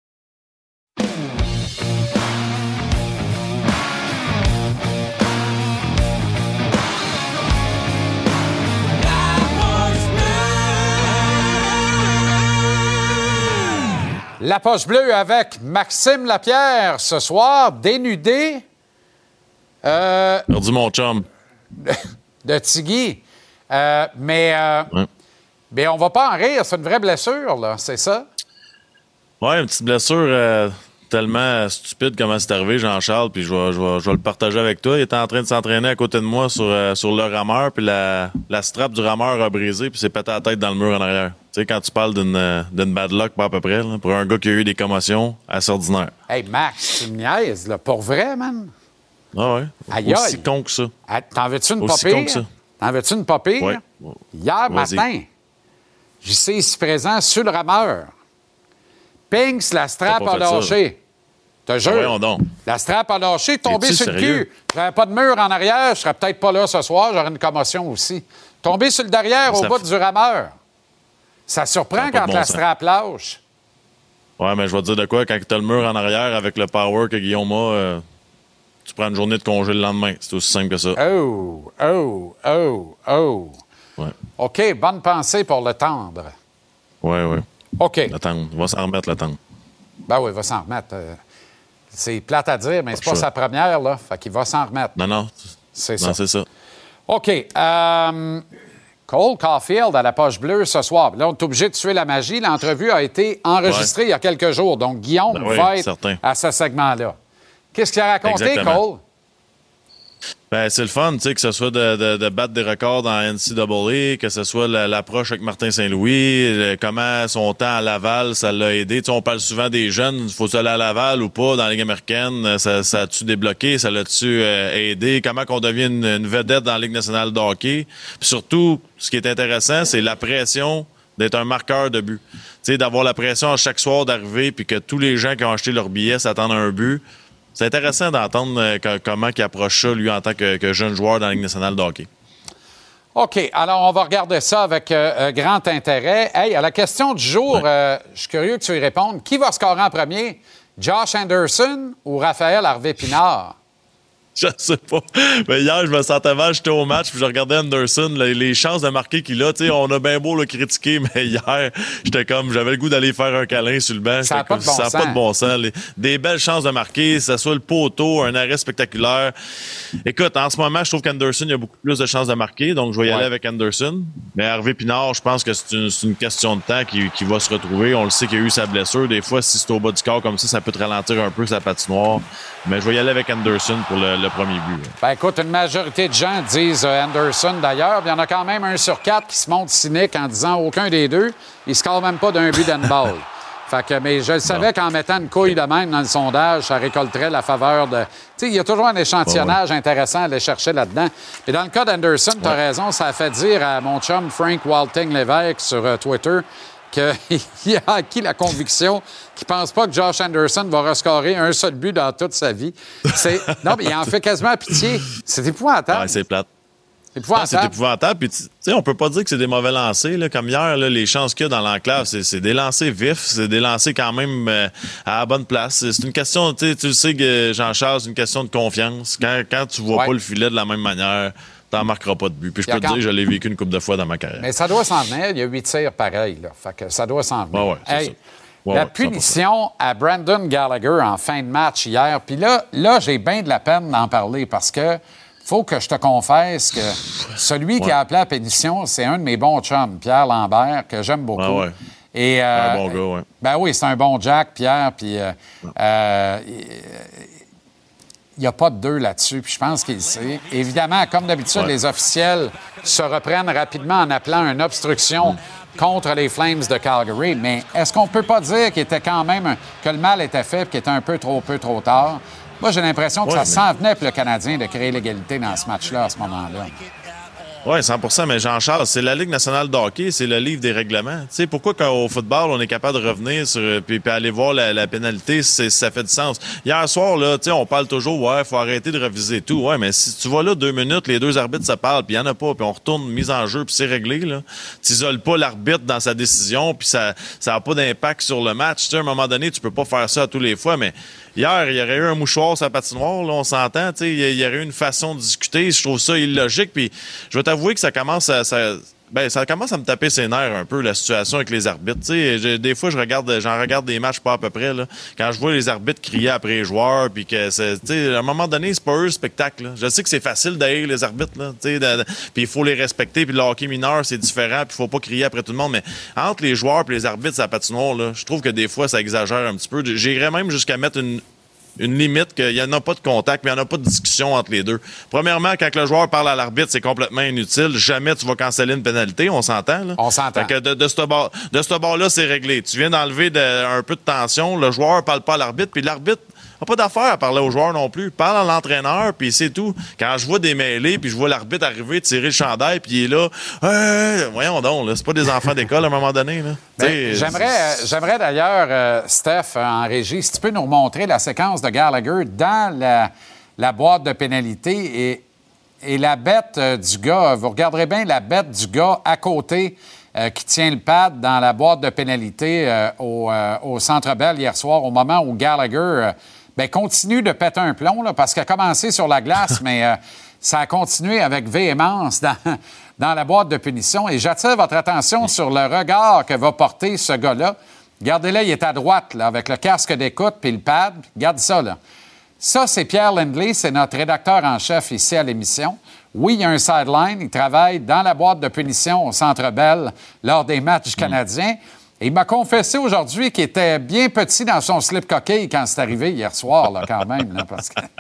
La poche bleue avec Maxime Lapierre ce soir, dénudé. Perdu mon chum. De Tigui. Mais on va pas en rire, c'est une vraie blessure, là, c'est ça? Oui, une petite blessure tellement stupide comment c'est arrivé, Jean-Charles, puis je vais le partager avec toi. Il était en train de s'entraîner à côté de moi sur le rameur, puis la strap du rameur a brisé, puis s'est pété la tête dans le mur en arrière. Tu sais, quand tu parles d'une bad luck, pas à peu près, là, pour un gars qui a eu des commotions assez ordinaires. Hey, Max, tu me niaises, là, pour vrai, man? Ah ouais. Aïe, aussi con que ça. T'en veux-tu une aussi pas pire? Con que ça. T'en veux-tu une pas pire? Ouais. Hier matin, j'y sais ici présent sur le rameur. Pinks, la strap a lâché. Te jure. La strap a lâché, tombé sur le cul. J'avais pas de mur en arrière, je serais peut-être pas là ce soir, j'aurais une commotion aussi. Tombé sur le derrière au bout du rameur. Ça surprend quand la strap lâche. Ouais, mais je vais te dire de quoi, quand tu as le mur en arrière avec le power que Guillaume a, tu prends une journée de congé le lendemain. C'est aussi simple que ça. Oh! Ouais. OK, bonne pensée pour le tendre. Oui. OK. Le tendre. Il va s'en remettre, le tendre. Ben oui, il va s'en remettre. C'est plate à dire, mais c'est pas sa première, là. Fait qu'il va s'en remettre. Non. C'est ça. Non, c'est ça. OK. Cole Caulfield à la poche bleue ce soir. Là, on est obligé de tuer la magie. L'entrevue a été enregistrée il y a quelques jours. Donc, Guillaume va être à ce segment-là. Qu'est-ce qu'il a raconté, Exactement. Cole? Ben, c'est le fun, tu sais, que ce soit de battre des records dans NCAA, que ce soit l'approche avec Martin Saint-Louis, comment son temps à Laval, ça l'a aidé. Tu sais, on parle souvent des jeunes, faut-tu aller à Laval ou pas dans la Ligue américaine? Ça a-tu débloqué? Ça l'a-tu aidé? Comment qu'on devient une vedette dans la Ligue nationale de hockey? Puis surtout, ce qui est intéressant, c'est la pression d'être un marqueur de but. Tu sais, d'avoir la pression à chaque soir d'arriver puis que tous les gens qui ont acheté leur billet s'attendent à un but. C'est intéressant d'entendre comment il approche ça, lui, en tant que jeune joueur dans la Ligue nationale de hockey. OK. Alors, on va regarder ça avec grand intérêt. Hey, à la question du jour, je suis curieux que tu y répondes. Qui va scorer en premier? Josh Anderson ou Raphaël Harvey-Pinard? Je sais pas. Mais hier, je me sentais mal, j'étais au match, puis je regardais Anderson, les chances de marquer qu'il a. Tu sais, on a bien beau le critiquer, mais hier, j'avais le goût d'aller faire un câlin sur le banc. Ça n'a pas de bon sens. Des belles chances de marquer, que ce soit le poteau, un arrêt spectaculaire. Écoute, en ce moment, je trouve qu'Anderson, il y a beaucoup plus de chances de marquer, donc je vais y aller avec Anderson. Mais Harvey-Pinard, je pense que c'est une question de temps qui va se retrouver. On le sait qu'il y a eu sa blessure. Des fois, si c'est au bas du corps comme ça peut te ralentir un peu sa patinoire. Mais je vais y aller avec Anderson pour le premier but. Ben écoute, une majorité de gens disent Anderson d'ailleurs. Il y en a quand même 1 sur 4 qui se montre cynique en disant aucun des deux. Il ne score même pas d'un but d'handball. Mais je le savais qu'en mettant une couille de même dans le sondage, ça récolterait la faveur de... Tu sais, il y a toujours un échantillonnage intéressant à aller chercher là-dedans. Et dans le cas d'Anderson, tu as raison, ça a fait dire à mon chum Frank Walting-Lévesque sur Twitter qu'il a acquis la conviction qu'il ne pense pas que Josh Anderson va rescorer un seul but dans toute sa vie. Non, mais il en fait quasiment pitié. C'est épouvantable. Ouais, c'est plate. C'est épouvantable. Puis, tu sais, on peut pas dire que c'est des mauvais lancers. Là. Comme hier, là, les chances qu'il y a dans l'enclave, c'est des lancers vifs. C'est des lancers quand même à la bonne place. C'est une question, tu le sais, que Jean-Charles, c'est une question de confiance. Quand tu vois pas le filet de la même manière, t'en marqueras pas de but. Puis je peux te dire, je l'ai vécu une couple de fois dans ma carrière. Mais ça doit s'en venir. Il y a 8 tirs pareils. Là. Fait que ça doit s'en venir. La punition à Brandon Gallagher en fin de match hier. Puis là j'ai bien de la peine d'en parler parce que faut que je te confesse que celui qui a appelé la pétition, c'est un de mes bons chums, Pierre Lambert, que j'aime beaucoup. Et, un bon gars, Ben oui, c'est un bon Jack, Pierre. Puis il n'y a pas de deux là-dessus, puis je pense qu'il sait. Évidemment, comme d'habitude, les officiels se reprennent rapidement en appelant une obstruction contre les Flames de Calgary. Mais est-ce qu'on peut pas dire qu'il était quand même que le mal était fait et qu'il était un peu trop tard? Moi, j'ai l'impression que ça s'en venait pour le Canadien de créer l'égalité dans ce match-là à ce moment-là. Oui, 100%, mais Jean-Charles, c'est la Ligue nationale de hockey, c'est le livre des règlements. Tu sais, pourquoi au football, on est capable de revenir puis aller voir la pénalité, ça fait du sens. Hier soir, là, tu sais, on parle toujours, faut arrêter de reviser tout. Ouais, mais si tu vas là 2 minutes, les deux arbitres se parlent, puis il n'y en a pas, puis on retourne mise en jeu, puis c'est réglé, là. Tu n'isoles pas l'arbitre dans sa décision, puis ça n'a pas d'impact sur le match. Tu sais, à un moment donné, tu peux pas faire ça à tous les fois, mais hier, il y aurait eu un mouchoir sur la patinoire, là, on s'entend, tu sais, il y aurait eu une façon de discuter. Je trouve ça illogique, puis je vais t'avouer que ça commence à me taper ses nerfs un peu, la situation avec les arbitres. Des fois, j'en regarde des matchs pas à peu près. Là, quand je vois les arbitres crier après les joueurs, puis que, à un moment donné, c'est pas eux le spectacle. Là. Je sais que c'est facile d'haïr les arbitres, puis il faut les respecter, puis le hockey mineur, c'est différent, puis il faut pas crier après tout le monde. Mais entre les joueurs et les arbitres, sa patinoire, là, je trouve que des fois, ça exagère un petit peu. J'irais même jusqu'à mettre une limite qu'il n'y en a pas de contact, mais il n'y en a pas de discussion entre les deux. Premièrement, quand le joueur parle à l'arbitre, c'est complètement inutile. Jamais tu vas canceller une pénalité, on s'entend. Là. On s'entend. Fait que de ce bord-là, c'est réglé. Tu viens d'enlever un peu de tension, le joueur ne parle pas à l'arbitre, puis l'arbitre n'a pas d'affaire à parler au joueur non plus. Il parle à l'entraîneur, puis c'est tout. Quand je vois des mêlées, puis je vois l'arbitre arriver, tirer le chandail, puis il est là. Voyons donc, là, c'est pas des enfants d'école à un moment donné. Là. J'aimerais d'ailleurs, Steph, en régie, si tu peux nous remontrer la séquence de Gallagher dans la boîte de pénalité et la bête du gars. Vous regarderez bien la bête du gars à côté qui tient le pad dans la boîte de pénalité au Centre Bell hier soir, au moment où Gallagher continue de péter un plomb, là, parce qu'il a commencé sur la glace, mais ça a continué avec véhémence dans la boîte de punition. Et j'attire votre attention sur le regard que va porter ce gars-là. Regardez-le, il est à droite, là, avec le casque d'écoute puis le pad. Regardez ça, là. Ça, c'est Pierre Lindley, c'est notre rédacteur en chef ici à l'émission. Oui, il y a un sideline. Il travaille dans la boîte de punition au Centre Bell lors des matchs canadiens. Et il m'a confessé aujourd'hui qu'il était bien petit dans son slip coquille quand c'est arrivé hier soir, là, quand même. Là, parce que...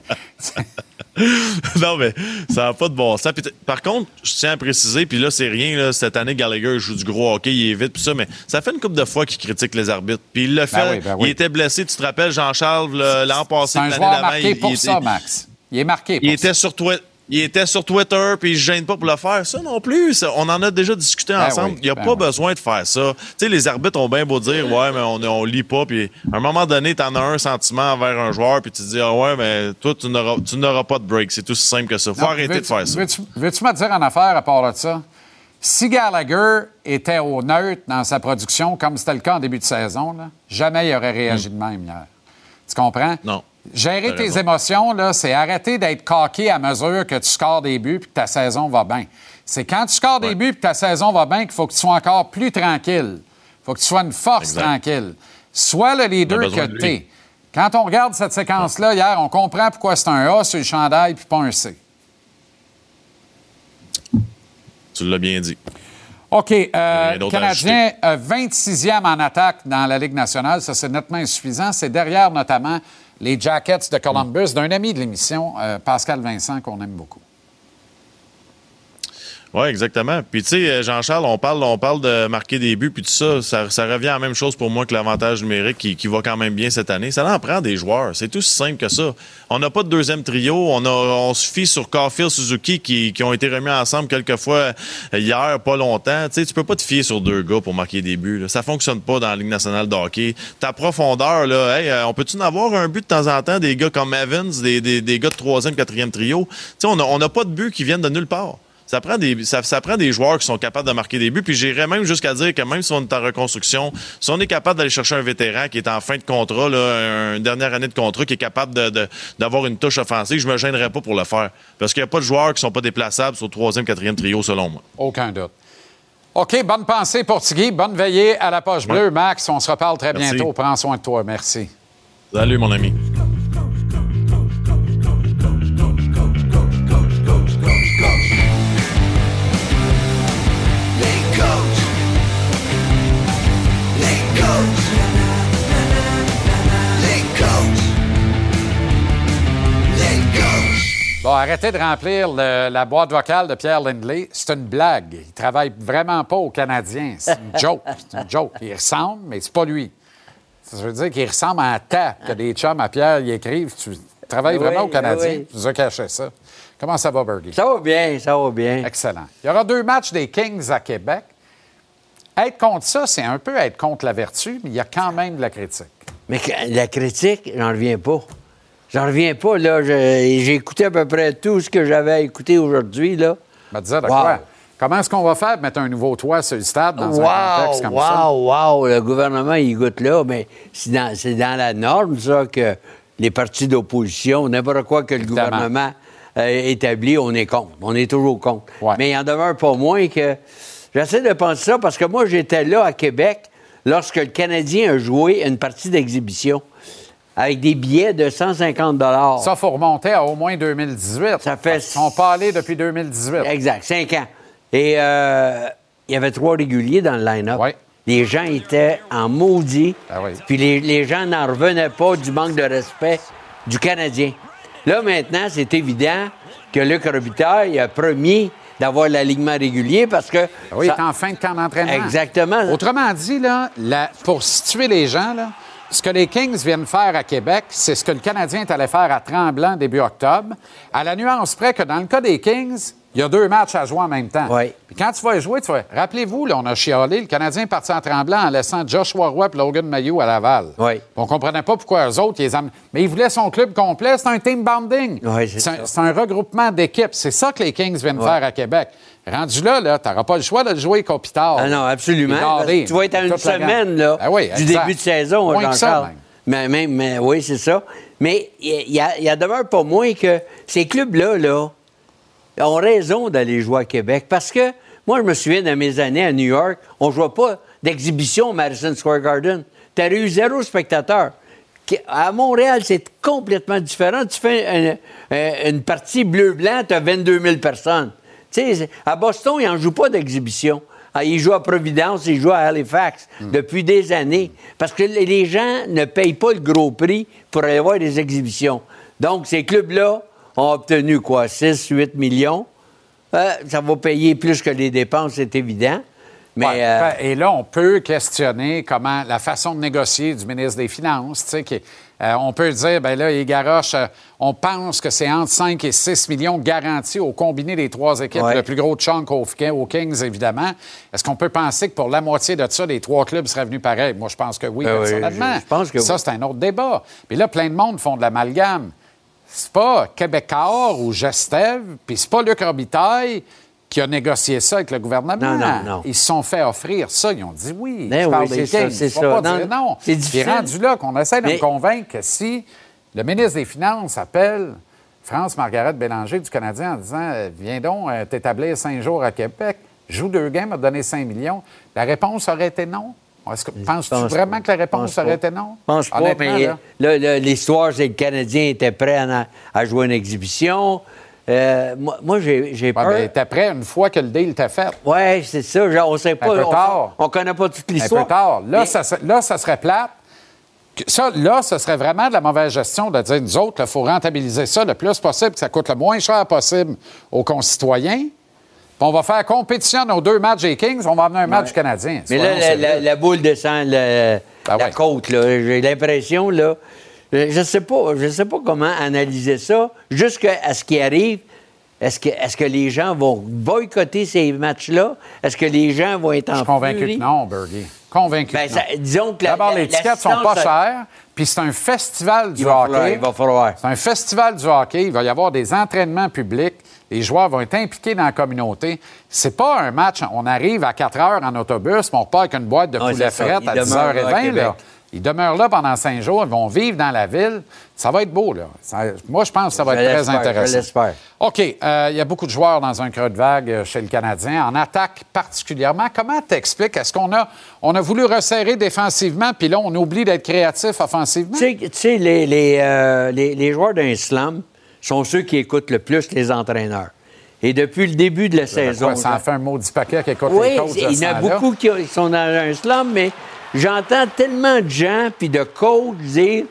Non, mais ça n'a pas de bon sens. Par contre, je tiens à préciser, puis là, c'est rien. Là, cette année, Gallagher joue du gros hockey, il est vite, puis ça, mais ça fait une couple de fois qu'il critique les arbitres. Puis il le fait. Il était blessé, tu te rappelles, Jean-Charles, l'an passé, l'année d'avant. Marqué pour ça, Max. Il est marqué pour ça. Il était sur Twitter, puis il ne se gêne pas pour le faire. Ça non plus, on en a déjà discuté ensemble. Il n'y a pas besoin de faire ça. Tu sais, les arbitres ont bien beau dire, ouais, mais on lit pas, puis à un moment donné, tu en as un sentiment envers un joueur, puis tu te dis, ah ouais, mais toi, tu n'auras pas de break. C'est aussi simple que ça. Faut arrêter de faire ça. Veux-tu me dire en affaire à part de ça? Si Gallagher était au neutre dans sa production, comme c'était le cas en début de saison, là, jamais il aurait réagi de même hier. Tu comprends? Non. Gérer tes émotions, là, c'est arrêter d'être coqué à mesure que tu scores des buts et que ta saison va bien. C'est quand tu scores des buts et que ta saison va bien qu'il faut que tu sois encore plus tranquille. Il faut que tu sois une force tranquille. Sois le leader que tu es. Quand on regarde cette séquence-là hier, on comprend pourquoi c'est un A sur le chandail puis pas un C. Tu l'as bien dit. OK. Canadien 26e en attaque dans la Ligue nationale. Ça, c'est nettement insuffisant. C'est derrière, notamment, les Jackets de Columbus, d'un ami de l'émission, Pascal Vincent, qu'on aime beaucoup. Oui, exactement. Puis, tu sais, Jean-Charles, on parle de marquer des buts, puis tout ça, ça revient à la même chose pour moi que l'avantage numérique qui va quand même bien cette année. Ça en prend des joueurs. C'est aussi simple que ça. On n'a pas de deuxième trio. On se fie sur Caulfield, Suzuki, qui ont été remis ensemble quelques fois hier, pas longtemps. Tu sais, tu peux pas te fier sur deux gars pour marquer des buts, là. Ça fonctionne pas dans la Ligue nationale de hockey. Ta profondeur, là, on peut-tu en avoir un but de temps en temps, des gars comme Evans, des gars de troisième, quatrième trio? Tu sais, on n'a pas de buts qui viennent de nulle part. Ça prend des joueurs qui sont capables de marquer des buts. Puis j'irais même jusqu'à dire que même si on est en reconstruction, si on est capable d'aller chercher un vétéran qui est en fin de contrat, là, une dernière année de contrat, qui est capable d'avoir une touche offensive, je me gênerais pas pour le faire. Parce qu'il n'y a pas de joueurs qui sont pas déplaçables sur le troisième, quatrième trio, selon moi. Aucun doute. OK, bonne pensée pour Tigui. Bonne veillée à la poche bleue. Max, on se reparle très bientôt. Prends soin de toi. Merci. Salut, mon ami. Bon, arrêtez de remplir la boîte vocale de Pierre Lindley. C'est une blague. Il travaille vraiment pas aux Canadiens. C'est une joke. C'est une joke. Il ressemble, mais c'est pas lui. Ça veut dire qu'il ressemble à un tas que des chums à Pierre y écrivent. Tu travailles vraiment aux Canadiens. Tu nous as caché ça. Comment ça va, Birdie? Ça va bien, ça va bien. Excellent. Il y aura 2 matchs des Kings à Québec. Être contre ça, c'est un peu être contre la vertu, mais il y a quand même de la critique. Mais la critique, j'en reviens pas. J'en reviens pas, là. J'ai écouté à peu près tout ce que j'avais à écouter aujourd'hui, là. Je vais te dire de quoi? Comment est-ce qu'on va faire pour mettre un nouveau toit sur le stade dans un contexte comme ça? Wow! Le gouvernement, il goûte là, mais c'est dans la norme, ça, que les partis d'opposition, n'importe quoi que le gouvernement établit, on est contre. On est toujours contre. Ouais. Mais il en demeure pas moins que... J'essaie de penser ça parce que moi, j'étais là à Québec lorsque le Canadien a joué une partie d'exhibition avec des billets de 150 $. Ça, il faut remonter à au moins 2018. Ça fait... Ils sont pas allés depuis 2018. Exact, 5 ans. Et il y avait 3 réguliers dans le line-up. Oui. Les gens étaient en maudit. Ah oui. Puis les gens n'en revenaient pas du manque de respect du Canadien. Là, maintenant, c'est évident que Luc Robitaille a promis d'avoir l'alignement régulier parce que... Oui, il est en fin de camp d'entraînement. Exactement. Autrement dit, là, pour situer les gens, là, ce que les Kings viennent faire à Québec, c'est ce que le Canadien est allé faire à Tremblant début octobre, à la nuance près que dans le cas des Kings, il y a 2 matchs à jouer en même temps. Oui. Puis quand tu vas jouer, rappelez-vous, là, on a chialé, le Canadien est parti en tremblant en laissant Joshua Roy et Logan Mailloux à Laval. Oui. On ne comprenait pas pourquoi eux autres, mais ils voulaient son club complet. C'est un team bonding. Oui, c'est un regroupement d'équipes. C'est ça que les Kings viennent faire à Québec. Rendu là, tu n'auras pas le choix de le jouer Kopitar. Ah non, absolument. Tu vas être à une semaine là, du début de saison, Jean-Charles. Mais oui, c'est ça. Mais il y a demeure pas moins que ces clubs-là ont raison d'aller jouer à Québec. Parce que moi, je me souviens de mes années à New York, on ne jouait pas d'exhibition au Madison Square Garden. Tu as eu 0 spectateur. À Montréal, c'est complètement différent. Tu fais une partie bleu-blanc, tu as 22 000 personnes. T'sais, à Boston, ils n'en jouent pas d'exhibition. Ils jouent à Providence, ils jouent à Halifax depuis des années. Parce que les gens ne payent pas le gros prix pour aller voir des exhibitions. Donc, ces clubs-là ont obtenu 6, 8 millions. Ça va payer plus que les dépenses, c'est évident. Mais, et là, on peut questionner la façon de négocier du ministre des Finances. On peut dire, bien là, il garoche, on pense que c'est entre 5 et 6 millions garantis au combiné des 3 équipes. Le plus gros chunk aux Kings, évidemment. Est-ce qu'on peut penser que pour la moitié de ça, les 3 clubs seraient venus pareil? Moi, je pense que oui, personnellement. Je pense que ça, c'est un autre débat. Puis là, plein de monde font de l'amalgame. C'est pas Québecor ou Gestev, puis c'est pas Luc Robitaille qui a négocié ça avec le gouvernement. Non. Ils se sont fait offrir ça. Ils ont dit oui. C'est ça. Pas dire non. C'est difficile. Puis rendu là qu'on essaie de me convaincre que si le ministre des Finances appelle France-Margaret Bélanger du Canadien en disant « Viens donc t'établir 5 jours à Québec, joue 2 games, m'a donné 5 millions », la réponse aurait été non. Penses-tu vraiment que la réponse aurait été non? Je pense pas, mais là, l'histoire, c'est que le Canadien était prêt à jouer une exhibition. Moi, j'ai peur. Mais t'es prêt une fois que le deal était fait. Oui, c'est ça. On sait pas. Un peu tard. On connaît pas toute l'histoire. Un peu tard. Là, ça serait plate. Ça serait vraiment de la mauvaise gestion de dire, nous autres, il faut rentabiliser ça le plus possible, que ça coûte le moins cher possible aux concitoyens. Puis on va faire compétition nos 2 matchs des Kings, on va amener un match du Canadien. Mais là, la boule descend la côte. Là. J'ai l'impression, là, je sais pas comment analyser ça, jusqu'à ce qui arrive. Est-ce que les gens vont boycotter ces matchs-là? Est-ce que les gens vont être en furie? Je suis convaincu que non, Bergie. Convaincu que non. Disons que d'abord, les tickets sont pas chers, puis c'est un festival du hockey. Il va falloir. C'est un festival du hockey. Il va y avoir des entraînements publics. Les joueurs vont être impliqués dans la communauté. C'est pas un match, on arrive à 4 heures en autobus, puis on repart avec une boîte de poulet frette à 10h20. Là. Ils demeurent là pendant 5 jours, ils vont vivre dans la ville. Ça va être beau, là. Moi, je pense que ça va être très intéressant. Je l'espère. OK. Il y a beaucoup de joueurs dans un creux de vague chez le Canadien, en attaque particulièrement. Comment t'expliques? Est-ce qu'on a voulu resserrer défensivement, puis là, on oublie d'être créatif offensivement? Tu sais, les joueurs d'un slam sont ceux qui écoutent le plus les entraîneurs. Et depuis le début de la saison... Ça en fait un maudit paquet qui écoute les coachs. Il y en a beaucoup qui sont dans un slam, mais j'entends tellement de gens puis de coachs dire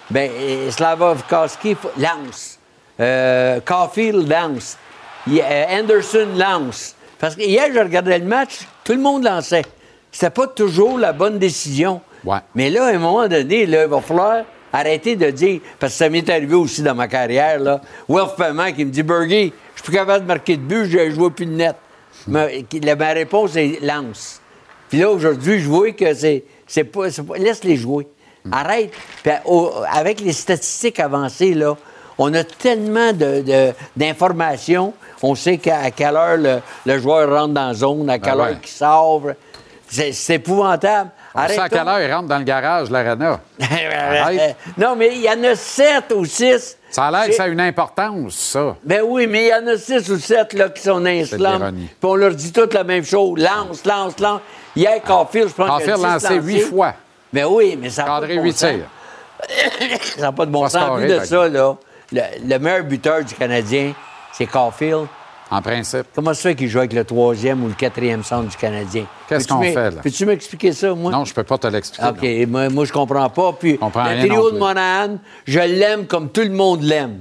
Slavkovski lance, Caulfield lance, Anderson lance. Parce que hier, je regardais le match, tout le monde lançait. C'était pas toujours la bonne décision. Ouais. Mais là, à un moment donné, là, il va falloir arrêter de dire, parce que ça m'est arrivé aussi dans ma carrière, là, Wilf Paiement qui me dit « Bergie, je suis plus capable de marquer de but, je joue plus de net. » Ma réponse est « lance ». Puis là, aujourd'hui, je vois que c'est pas... Laisse-les jouer. Arrête. Puis, avec les statistiques avancées, là, on a tellement d'informations. On sait à quelle heure le joueur rentre dans la zone, à quelle heure il sort. C'est épouvantable. On sait à quelle heure il rentre dans le garage, l'Arena. Non, mais il y en a 7 ou 6. Ça a l'air que ça a une importance, ça. Ben oui, mais il y en a 6 ou 7 là, qui sont dans un slam. Puis on leur dit toutes la même chose. Lance, lance, lance. Hier, Caulfield, je pense qu'il a lancé 8 fois. Ben oui, mais ça n'a pas de bon sens. Ça n'a pas de bon sens. En plus de ça, là, le meilleur buteur du Canadien, c'est Caulfield. En principe. Comment ça fait qu'il joue avec le 3e ou le 4e centre du Canadien? Qu'est-ce qu'on fait, là? Peux-tu m'expliquer ça, moi? Non, je peux pas te l'expliquer. OK, moi, je comprends pas. Puis, le trio de Monahan, je l'aime comme tout le monde l'aime.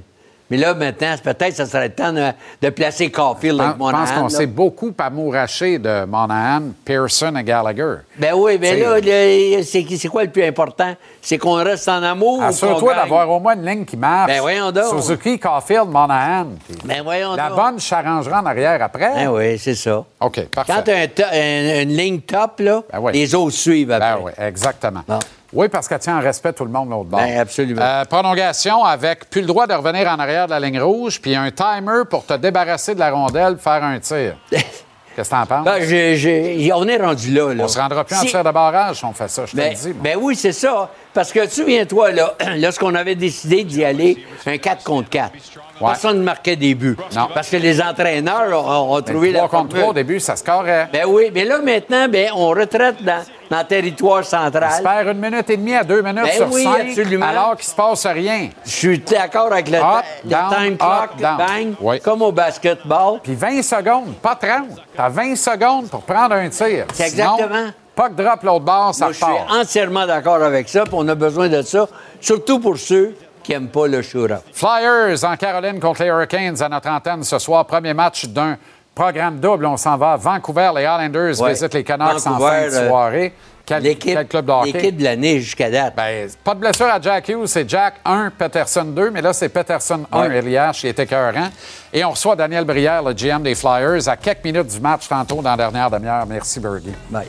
Mais là, maintenant, peut-être ça serait le temps de placer Caulfield avec Monahan. Je pense qu'on s'est beaucoup amouraché de Monahan, Pearson et Gallagher. Ben oui, mais là, c'est quoi le plus important? C'est qu'on reste en amour. Assure-toi d'avoir au moins une ligne qui marche. Ben voyons donc. Suzuki, Caulfield, Monahan. Ben voyons donc. La bonne s'arrangera en arrière après. Ben oui, c'est ça. OK, parfait. Quand tu as une ligne top, là, les autres suivent après. Ben oui, exactement. Bon. Oui, parce qu'elle tient en respect tout le monde de l'autre bord. Bien, absolument. Prolongation avec plus le droit de revenir en arrière de la ligne rouge, puis un timer pour te débarrasser de la rondelle pour faire un tir. Qu'est-ce que t'en penses? Ben, on est rendu là. On se rendra plus en tir de barrage si on fait ça, je te le dis. Ben oui, c'est ça. Parce que, souviens-toi, là, lorsqu'on avait décidé d'y aller, un 4 contre 4, personne ne marquait des buts. Non. Parce que les entraîneurs ont trouvé la 3 contre 3 au début, ça scorait. Ben oui, mais là, maintenant, on retraite dans le territoire central. Il se perd 1 minute et demie à 2 minutes sur 5, absolument. alors qu'il se passe rien. Je suis d'accord avec le time clock, bang, comme au basketball. Puis 20 secondes, pas 30. T'as 20 secondes pour prendre un tir. C'est exactement. Pas que drop l'autre bord, ça repart. Je suis entièrement d'accord avec ça, puis on a besoin de ça, surtout pour ceux qui n'aiment pas le shoot-up. Flyers en Caroline contre les Hurricanes à notre antenne ce soir. Premier match d'un programme double. On s'en va à Vancouver. Les Islanders visitent les Canucks en fin de soirée. Quel club de hockey? L'équipe de l'année jusqu'à date. Ben, pas de blessure à Jack Hughes. C'est Jack 1, Peterson 2. Mais là, c'est Peterson 1, Elias, qui est écœurant. Et on reçoit Daniel Brière, le GM des Flyers, à quelques minutes du match tantôt dans la dernière demi-heure. Merci, Bergie. Bye.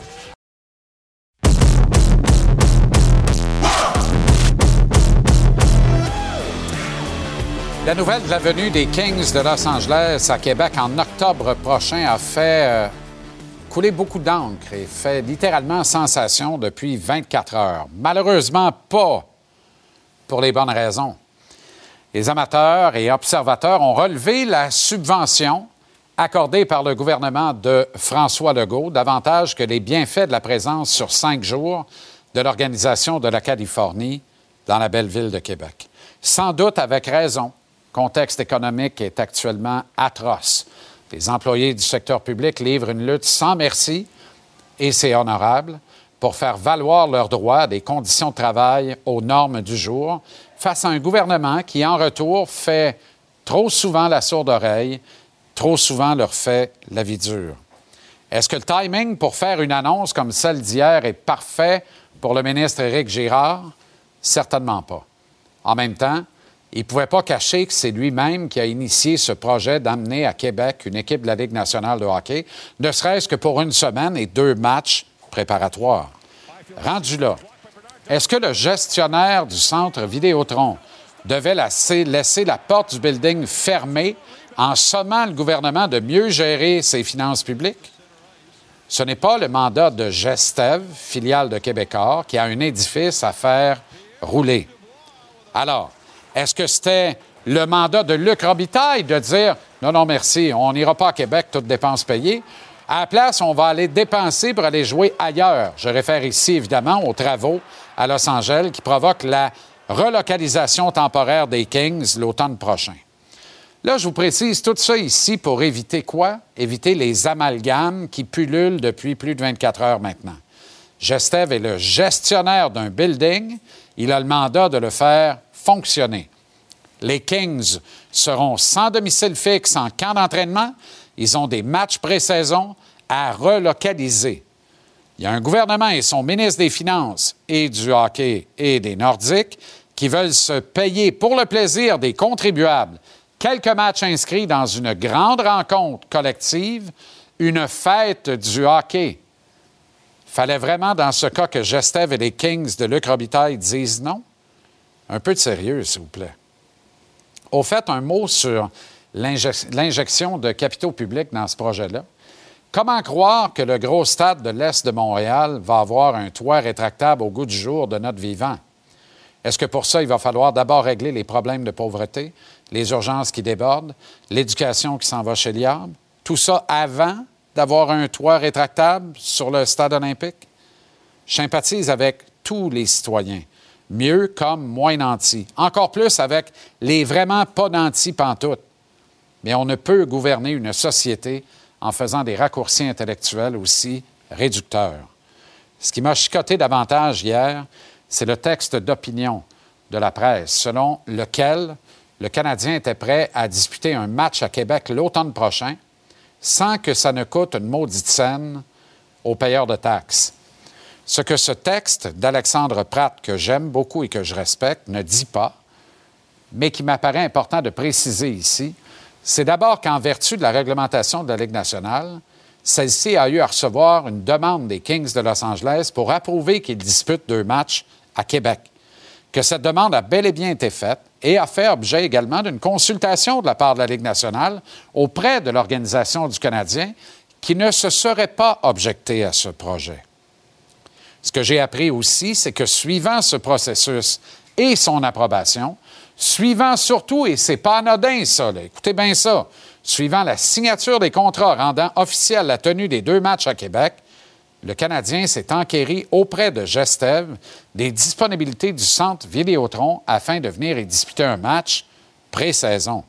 La nouvelle de la venue des Kings de Los Angeles à Québec en octobre prochain a fait couler beaucoup d'encre et fait littéralement sensation depuis 24 heures. Malheureusement pas pour les bonnes raisons. Les amateurs et observateurs ont relevé la subvention accordée par le gouvernement de François Legault, davantage que les bienfaits de la présence sur 5 jours de l'Organisation de la Californie dans la belle ville de Québec. Sans doute avec raison. Le contexte économique est actuellement atroce. Les employés du secteur public livrent une lutte sans merci, et c'est honorable, pour faire valoir leurs droits à des conditions de travail aux normes du jour, face à un gouvernement qui, en retour, fait trop souvent la sourde oreille, trop souvent leur fait la vie dure. Est-ce que le timing pour faire une annonce comme celle d'hier est parfait pour le ministre Éric Girard? Certainement pas. En même temps, il ne pouvait pas cacher que c'est lui-même qui a initié ce projet d'amener à Québec une équipe de la Ligue nationale de hockey, ne serait-ce que pour 1 semaine et 2 matchs préparatoires. Rendu là, est-ce que le gestionnaire du centre Vidéotron devait laisser la porte du building fermée en sommant le gouvernement de mieux gérer ses finances publiques? Ce n'est pas le mandat de Gestev, filiale de Québécois, qui a un édifice à faire rouler. Alors, est-ce que c'était le mandat de Luc Robitaille de dire « Non, non, merci, on n'ira pas à Québec, toutes dépenses payées. À la place, on va aller dépenser pour aller jouer ailleurs. » Je réfère ici, évidemment, aux travaux à Los Angeles qui provoquent la relocalisation temporaire des Kings l'automne prochain. Là, je vous précise tout ça ici pour éviter quoi? Éviter les amalgames qui pullulent depuis plus de 24 heures maintenant. Gestev est le gestionnaire d'un building. Il a le mandat de le faire fonctionner. Les Kings seront sans domicile fixe en camp d'entraînement. Ils ont des matchs pré-saison à relocaliser. Il y a un gouvernement et son ministre des Finances et du hockey et des Nordiques qui veulent se payer pour le plaisir des contribuables quelques matchs inscrits dans une grande rencontre collective, une fête du hockey. Fallait vraiment, dans ce cas, que Gestev et les Kings de Luc Robitaille disent non? Un peu de sérieux, s'il vous plaît. Au fait, un mot sur l'injection de capitaux publics dans ce projet-là. Comment croire que le gros stade de l'Est de Montréal va avoir un toit rétractable au goût du jour de notre vivant? Est-ce que pour ça, il va falloir d'abord régler les problèmes de pauvreté, les urgences qui débordent, l'éducation qui s'en va chez l'IAB? Tout ça avant d'avoir un toit rétractable sur le stade olympique? Je sympathise avec tous les citoyens. Mieux comme moins nantis. Encore plus avec les vraiment pas nantis pantoute. Mais on ne peut gouverner une société en faisant des raccourcis intellectuels aussi réducteurs. Ce qui m'a chicoté davantage hier, c'est le texte d'opinion de la presse, selon lequel le Canadien était prêt à disputer un match à Québec l'automne prochain sans que ça ne coûte une maudite scène aux payeurs de taxes. Ce que ce texte d'Alexandre Pratt, que j'aime beaucoup et que je respecte, ne dit pas, mais qui m'apparaît important de préciser ici, c'est d'abord qu'en vertu de la réglementation de la Ligue nationale, celle-ci a eu à recevoir une demande des Kings de Los Angeles pour approuver qu'ils disputent 2 matchs à Québec. Que cette demande a bel et bien été faite et a fait objet également d'une consultation de la part de la Ligue nationale auprès de l'Organisation du Canadien qui ne se serait pas objectée à ce projet. Ce que j'ai appris aussi, c'est que suivant ce processus et son approbation, suivant surtout, et c'est pas anodin ça, là, écoutez bien ça, suivant la signature des contrats rendant officielle la tenue des 2 matchs à Québec, le Canadien s'est enquéri auprès de Gestev des disponibilités du centre Vidéotron afin de venir y disputer un match pré-saison.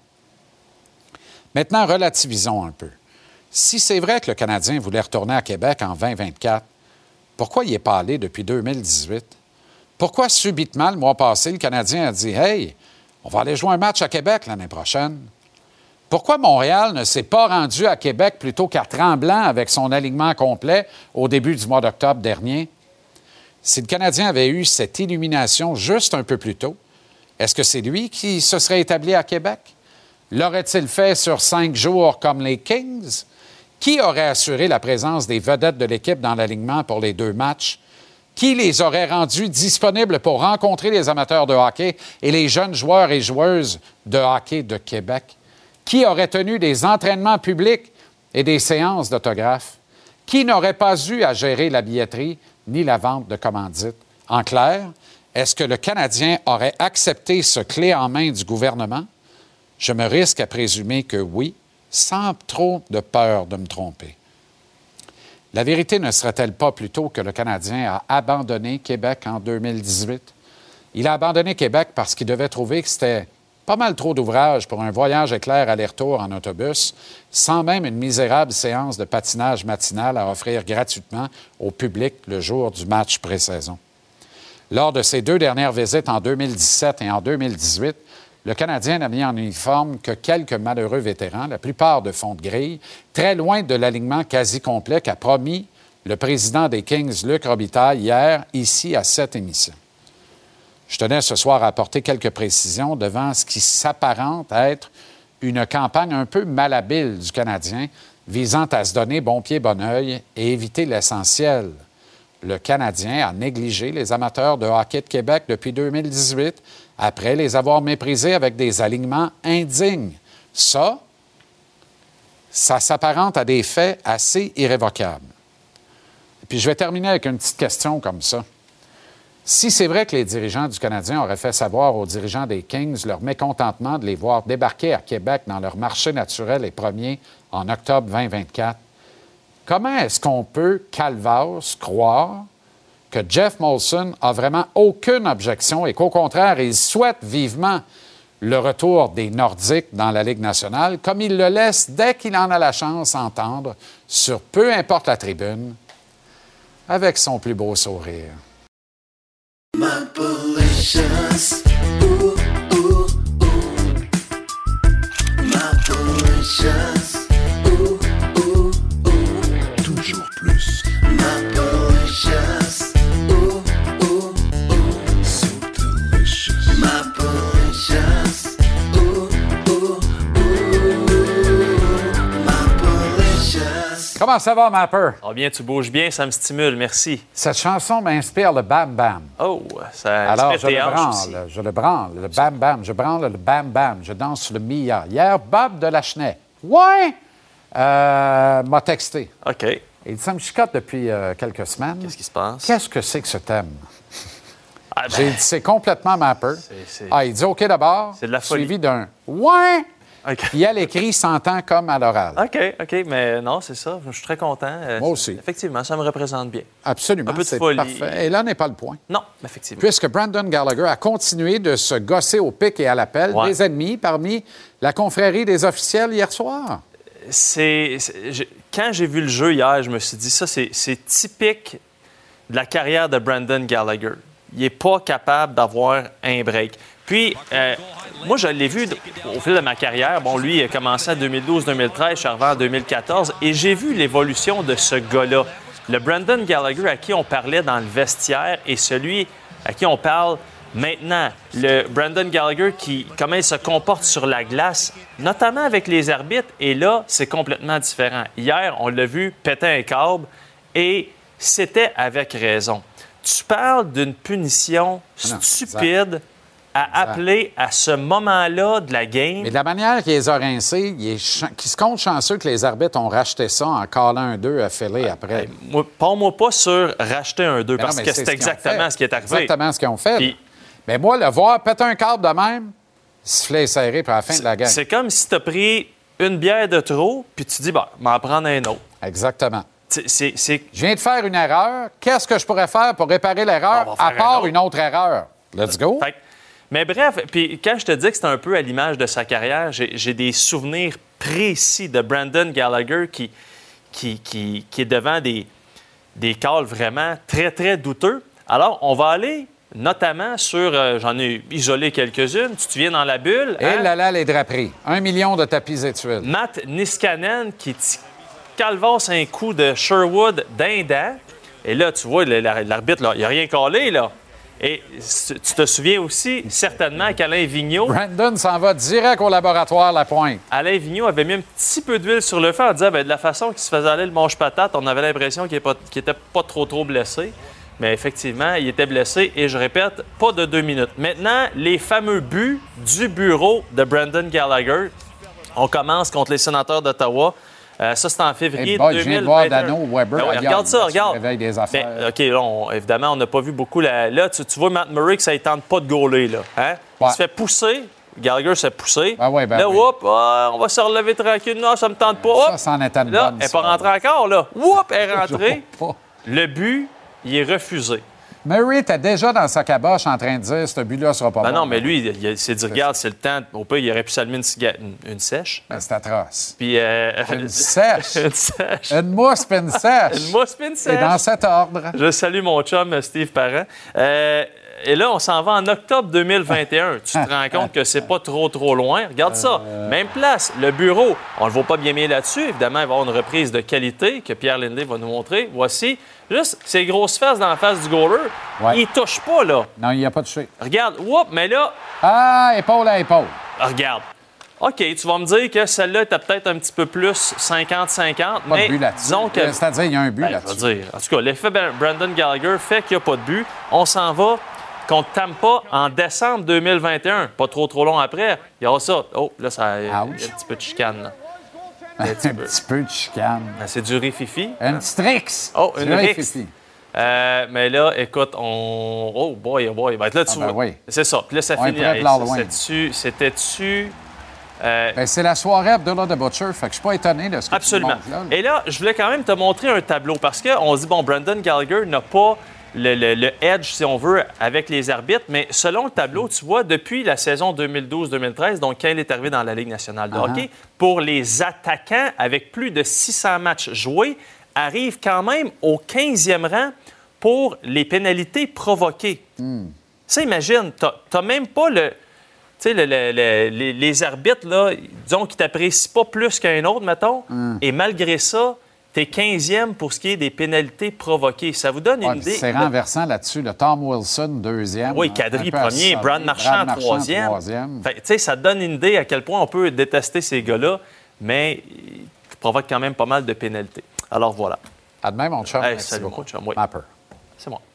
Maintenant, relativisons un peu. Si c'est vrai que le Canadien voulait retourner à Québec en 2024, pourquoi il n'est pas allé depuis 2018? Pourquoi subitement, le mois passé, le Canadien a dit « Hey, on va aller jouer un match à Québec l'année prochaine ». Pourquoi Montréal ne s'est pas rendu à Québec plutôt qu'à Tremblant avec son alignement complet au début du mois d'octobre dernier? Si le Canadien avait eu cette illumination juste un peu plus tôt, est-ce que c'est lui qui se serait établi à Québec? L'aurait-il fait sur 5 jours comme les Kings? Qui aurait assuré la présence des vedettes de l'équipe dans l'alignement pour les 2 matchs? Qui les aurait rendus disponibles pour rencontrer les amateurs de hockey et les jeunes joueurs et joueuses de hockey de Québec? Qui aurait tenu des entraînements publics et des séances d'autographes? Qui n'aurait pas eu à gérer la billetterie ni la vente de commandites? En clair, est-ce que le Canadien aurait accepté ce clé en main du gouvernement? Je me risque à présumer que oui, sans trop de peur de me tromper. La vérité ne serait-elle pas plutôt que le Canadien a abandonné Québec en 2018? Il a abandonné Québec parce qu'il devait trouver que c'était pas mal trop d'ouvrage pour un voyage éclair aller-retour en autobus, sans même une misérable séance de patinage matinal à offrir gratuitement au public le jour du match pré-saison. Lors de ses 2 dernières visites en 2017 et en 2018, le Canadien n'a mis en uniforme que quelques malheureux vétérans, la plupart de fond de grille, très loin de l'alignement quasi complet qu'a promis le président des Kings, Luc Robitaille, hier, ici, à cette émission. Je tenais ce soir à apporter quelques précisions devant ce qui s'apparente à être une campagne un peu malhabile du Canadien visant à se donner bon pied, bon oeil et éviter l'essentiel. Le Canadien a négligé les amateurs de hockey de Québec depuis 2018 après les avoir méprisés avec des alignements indignes. Ça s'apparente à des faits assez irrévocables. Et puis je vais terminer avec une petite question comme ça. Si c'est vrai que les dirigeants du Canadien auraient fait savoir aux dirigeants des Kings leur mécontentement de les voir débarquer à Québec dans leur marché naturel et premier en octobre 2024, comment est-ce qu'on peut, calvasse, croire que Jeff Molson a vraiment aucune objection et qu'au contraire, il souhaite vivement le retour des Nordiques dans la Ligue nationale, comme il le laisse dès qu'il en a la chance entendre sur peu importe la tribune, avec son plus beau sourire. Mapolicious, ooh, ooh, ooh. Mapolicious, ooh, ooh, ooh. Toujours plus. Mapolicious, ooh, ooh, ooh. So delicious. Mapolicious, ooh, ooh, ooh. Mapolicious. Comment ça va, Mapper? Ah bien, tu bouges bien, ça me stimule, merci. Cette chanson m'inspire le Bam Bam. Oh, ça Alors, inspire tes hanches aussi. je le branle, le Bam Bam, je branle le Bam Bam, je danse sur le Mia. Hier, Bob de Lachenay, m'a texté. OK. Il dit, ça me chicote depuis quelques semaines. Qu'est-ce qui se passe? Qu'est-ce que c'est que ce thème? Ah, ben, J'ai dit, c'est complètement Mapper. Il dit, OK d'abord. C'est de la folie. Suivi d'un « Ouais! Okay. Puis à l'écrit, s'entend comme à l'oral. OK, mais non, c'est ça. Je suis très content. Moi aussi. Effectivement, ça me représente bien. Absolument, un peu de c'est folie. parfait. Et là n'est pas le point. Non, effectivement. Puisque Brendan Gallagher a continué de se gosser au pic et à l'appel des ennemis parmi la confrérie des officiels hier soir. Quand j'ai vu le jeu hier, je me suis dit, ça, c'est typique de la carrière de Brendan Gallagher. Il n'est pas capable d'avoir un break. Puis, moi, je l'ai vu au fil de ma carrière. Bon, lui, il a commencé en 2012-2013, je suis arrivé en 2014, et j'ai vu l'évolution de ce gars-là. Le Brendan Gallagher à qui on parlait dans le vestiaire et celui à qui on parle maintenant. Le Brendan Gallagher, comment il se comporte sur la glace, notamment avec les arbitres, et là, c'est complètement différent. Hier, on l'a vu péter un câble, et c'était avec raison. Tu parles d'une punition stupide à appeler à ce moment-là de la game. Mais de la manière qu'il les a rincés, qui se compte chanceux que les arbitres ont racheté ça en callant un 2 à filer après. Parle-moi pas sur racheter un 2, parce que c'est exactement ce qui est arrivé. Exactement ce qu'ils ont fait. Mais moi, le voir péter un câble de même, siffler serré pour la fin de la game. C'est comme si tu as pris une bière de trop, puis tu dis, m'en prendre un autre. Exactement. Je viens de faire une erreur. Qu'est-ce que je pourrais faire pour réparer l'erreur, à part une autre erreur? Let's go. Mais bref, puis quand je te dis que c'est un peu à l'image de sa carrière, j'ai des souvenirs précis de Brendan Gallagher qui est devant des calls vraiment très, très douteux. Alors, on va aller notamment sur... j'en ai isolé quelques-unes. Tu te souviens dans la bulle? Et là, les draperies. 1 million de tapis études. Matt Niskanen qui calvasse un coup de Sherwood d'un dent. Et là, tu vois, l'arbitre, il n'a rien collé, là. Et tu te souviens aussi certainement qu'Alain Vigneault... Brandon s'en va direct au laboratoire La Pointe. Alain Vigneault avait mis un petit peu d'huile sur le feu en disant de la façon qu'il se faisait aller le mange-patate, on avait l'impression qu'il n'était pas trop blessé. Mais effectivement, il était blessé et, je répète, pas de 2 minutes. Maintenant, les fameux buts du bureau de Brendan Gallagher. On commence contre les Sénateurs d'Ottawa. Ça, c'est en février 2021. Je viens de voir Dano Weber. Regarde ça, regarde. Des affaires. Mais, OK, là, évidemment, on n'a pas vu beaucoup. Là, tu vois Matt Murray que ça ne tente pas de gauler. Là. Hein? Il se fait pousser. Gallagher s'est poussé. Là, on va se relever tranquille. Non, ça ne me tente pas. Ça, c'en est une là, bonne. Elle n'est pas rentrée encore. Là. Elle est rentrée. Le but, il est refusé. Murray était déjà dans sa caboche en train de dire ce but-là ne sera pas bon. Non, mais lui, il s'est dit, regarde, c'est le temps. Au pire, il aurait pu s'allumer une sèche. C'est atroce. Puis, une sèche. Une sèche. Une mousse puis une sèche. Une mousse puis une sèche. C'est dans cet ordre. Je salue mon chum, Steve Parent. Et là, on s'en va en octobre 2021. Tu te rends compte que c'est pas trop loin. Regarde ça. Même place. Le bureau, on ne le voit pas bien là-dessus. Évidemment, il va y avoir une reprise de qualité que Pierre Lindley va nous montrer. Voici. Juste ces grosses fesses dans la face du goaler. Il ne touche pas, là. Non, il n'y a pas touché. Regarde. Mais là... épaule à épaule. Regarde. OK, tu vas me dire que celle-là était peut-être un petit peu plus 50-50, mais disons que... C'est-à-dire, il y a un but là-dessus. Je veux dire, en tout cas, l'effet Brendan Gallagher fait qu'il n'y a pas de but. On s'en va contre Tampa en décembre 2021. Pas trop long après. Il y aura ça. Oh, là, il y a un petit peu de chicane, là. Un petit peu de chicane. C'est du rififi. Un petit trix. Oh, une rix. Mais là, écoute, oh boy. Ben, là, tu vois. Oui. C'est ça. Puis là, ça finit. C'était-tu... c'est la soirée Abdullah de Butcher, fait que je suis pas étonné de ce que Absolument. tu montres là. Et là, je voulais quand même te montrer un tableau parce qu'on se dit, Brendan Gallagher n'a pas le edge, si on veut, avec les arbitres, mais selon le tableau, tu vois, depuis la saison 2012-2013, donc quand il est arrivé dans la Ligue nationale de hockey, pour les attaquants avec plus de 600 matchs joués, arrive quand même au 15e rang pour les pénalités provoquées. Ça, imagine, t'as même pas le... Tu sais, les arbitres, là, disons qu'ils t'apprécient pas plus qu'un autre, mettons, et malgré ça, t'es 15e pour ce qui est des pénalités provoquées. Ça vous donne une idée? C'est renversant là-dessus. Le Tom Wilson, 2e. Oui, Kadri, 1er. Brad Marchand, 3e. Tu sais, ça donne une idée à quel point on peut détester ces gars-là, mais ils provoquent quand même pas mal de pénalités. Alors, voilà. À demain, mon chum. Hey, salut, mon chum. Oui. Mapper. C'est moi.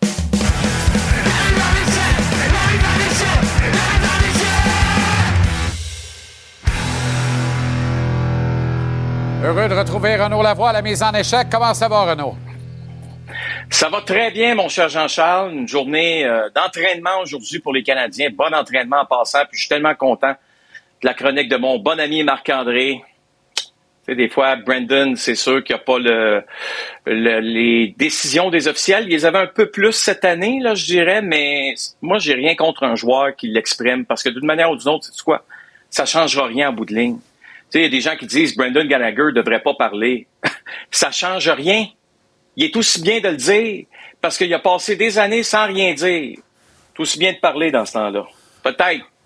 Heureux de retrouver Renaud Lavoie à la mise en échec. Comment ça va, Renaud? Ça va très bien, mon cher Jean-Charles. Une journée d'entraînement aujourd'hui pour les Canadiens. Bon entraînement en passant. Puis je suis tellement content de la chronique de mon bon ami Marc-André. Tu sais, des fois, Brendan, c'est sûr qu'il n'y a pas les décisions des officiels. Ils les avaient un peu plus cette année, là, je dirais. Mais moi, j'ai rien contre un joueur qui l'exprime. Parce que d'une manière ou d'une autre, sais-tu quoi? Ça ne changera rien en bout de ligne. Tu sais, il y a des gens qui disent Brendan Gallagher ne devrait pas parler. Ça change rien. Il est aussi bien de le dire parce qu'il a passé des années sans rien dire. C'est aussi bien de parler dans ce temps-là. Peut-être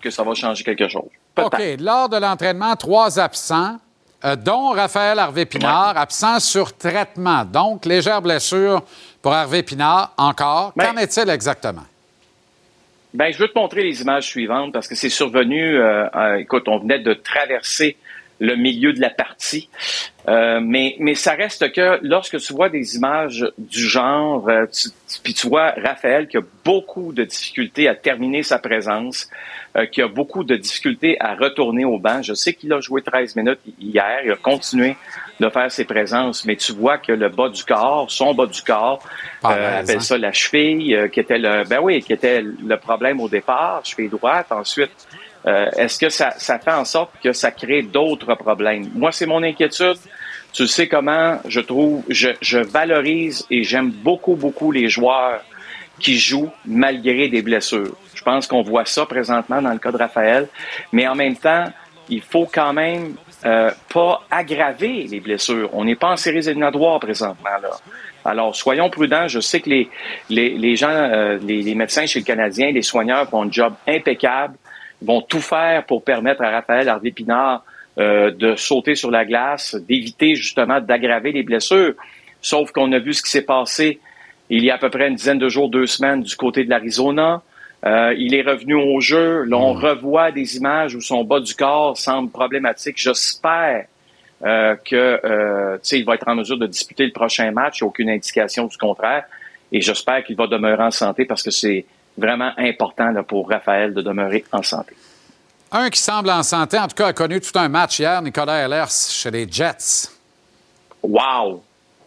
que ça va changer quelque chose. OK. Lors de l'entraînement, 3 absents, dont Raphaël Harvey-Pinard, absent sur traitement. Donc, légère blessure pour Harvey-Pinard encore. Qu'en est-il exactement? Bien, je veux te montrer les images suivantes parce que c'est survenu, écoute, on venait de traverser le milieu de la partie. Mais ça reste que lorsque tu vois des images du genre, puis tu vois Raphaël qui a beaucoup de difficultés à terminer sa présence, qui a beaucoup de difficultés à retourner au banc. Je sais qu'il a joué 13 minutes hier, il a continué de faire ses présences, mais tu vois que le bas du corps, son bas du corps, appelle ça la cheville, qui était le problème au départ, cheville droite. Ensuite, est-ce que ça fait en sorte que ça crée d'autres problèmes? Moi, c'est mon inquiétude. Tu sais comment je valorise et j'aime beaucoup, beaucoup les joueurs qui jouent malgré des blessures. Je pense qu'on voit ça présentement dans le cas de Raphaël, mais en même temps, il faut quand même pas aggraver les blessures. On n'est pas en séries éliminatoires présentement, là. Alors, soyons prudents. Je sais que les gens, les médecins chez le Canadien, les soigneurs font un job impeccable, vont tout faire pour permettre à Raphaël Harvey-Pinard de sauter sur la glace, d'éviter justement d'aggraver les blessures. Sauf qu'on a vu ce qui s'est passé il y a à peu près une dizaine de jours, 2 semaines du côté de l'Arizona. Il est revenu au jeu. Là, on revoit des images où son bas du corps semble problématique. J'espère qu'il va être en mesure de disputer le prochain match. Il n'y a aucune indication du contraire. Et j'espère qu'il va demeurer en santé parce que c'est vraiment important là, pour Raphaël de demeurer en santé. Un qui semble en santé, en tout cas, a connu tout un match hier, Nicolas Ehlers, chez les Jets. Wow!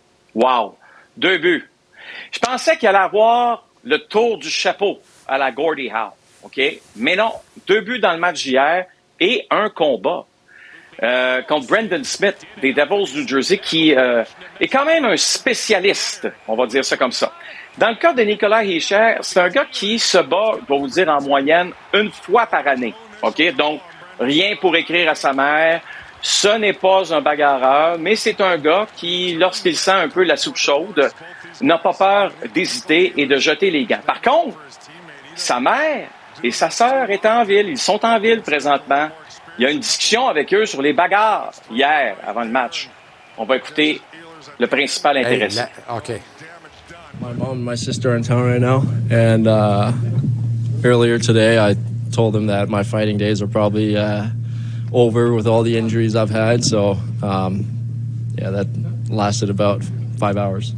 2 buts. Je pensais qu'il allait avoir le tour du chapeau à la Gordie Howe, OK? Mais non, 2 buts dans le match d'hier et un combat contre Brendan Smith des Devils du New Jersey qui est quand même un spécialiste, on va dire ça comme ça. Dans le cas de Nicolas Hischier, c'est un gars qui se bat, je vais vous dire, en moyenne, 1 fois par année. OK? Donc, rien pour écrire à sa mère. Ce n'est pas un bagarreur, mais c'est un gars qui, lorsqu'il sent un peu la soupe chaude, n'a pas peur d'hésiter et de jeter les gants. Par contre, sa mère et sa sœur est en ville. Ils sont en ville présentement. Il y a une discussion avec eux sur les bagarres hier, avant le match. On va écouter le principal intéressé. OK. My mom and my sister are in town right now, and earlier today I told them that my fighting days are probably over with all the injuries I've had, so that lasted about 5 hours.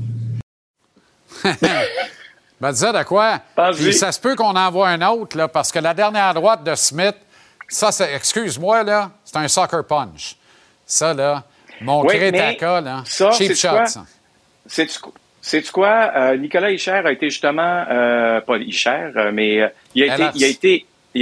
Ben, dis ça de quoi? Puis ça se peut qu'on en voit un autre, là, parce que la dernière droite de Smith, ça, c'est, excuse-moi, là, c'est un soccer punch. Ça, là, mon Crétaka, là, ça, cheap shot, ça. C'est-tu quoi? Nicolas Hischier a été justement, pas Hischier, mais il a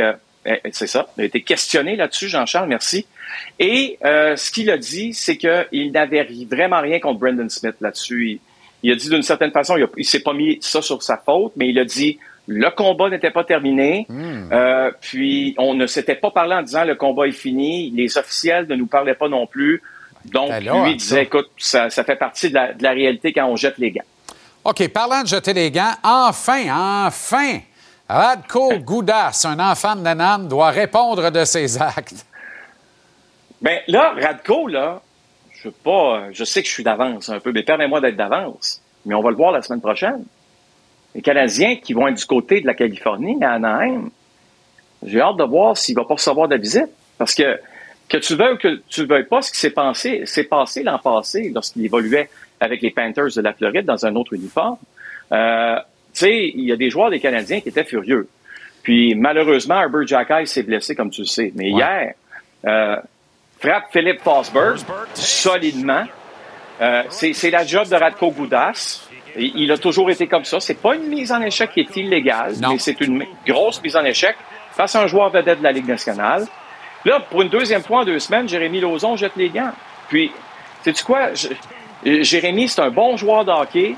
été questionné là-dessus, Jean-Charles, merci. Et ce qu'il a dit, c'est qu'il n'avait vraiment rien contre Brendan Smith là-dessus. Il a dit d'une certaine façon, il s'est pas mis ça sur sa faute, mais il a dit le combat n'était pas terminé. Puis on ne s'était pas parlé en disant le combat est fini. Les officiels ne nous parlaient pas non plus. Donc, lui, il disait, écoute, ça fait partie de la réalité quand on jette les gants. OK, parlant de jeter les gants, enfin, Radko Gudas, un enfant de Nanan, doit répondre de ses actes. Bien, là, Radko, là, je sais que je suis d'avance un peu, mais permets-moi d'être d'avance. Mais on va le voir la semaine prochaine. Les Canadiens qui vont être du côté de la Californie, à Anaheim, j'ai hâte de voir s'il va pas recevoir de visite. Parce que tu veux ou que tu ne veuilles pas, ce qui s'est passé l'an passé, lorsqu'il évoluait avec les Panthers de la Floride dans un autre uniforme. Tu sais, il y a des joueurs des Canadiens qui étaient furieux. Puis, malheureusement, Herbert Jacquet s'est blessé, comme tu le sais. Mais hier, frappe Philippe Forsberg solidement. C'est la job de Radko Gudas. Il a toujours été comme ça. C'est pas une mise en échec qui est illégale, mais c'est une grosse mise en échec face à un joueur vedette de la Ligue nationale. Là, pour une deuxième fois en 2 semaines, Jérémy Lauzon jette les gants. Puis, sais-tu quoi? Jérémy, c'est un bon joueur de hockey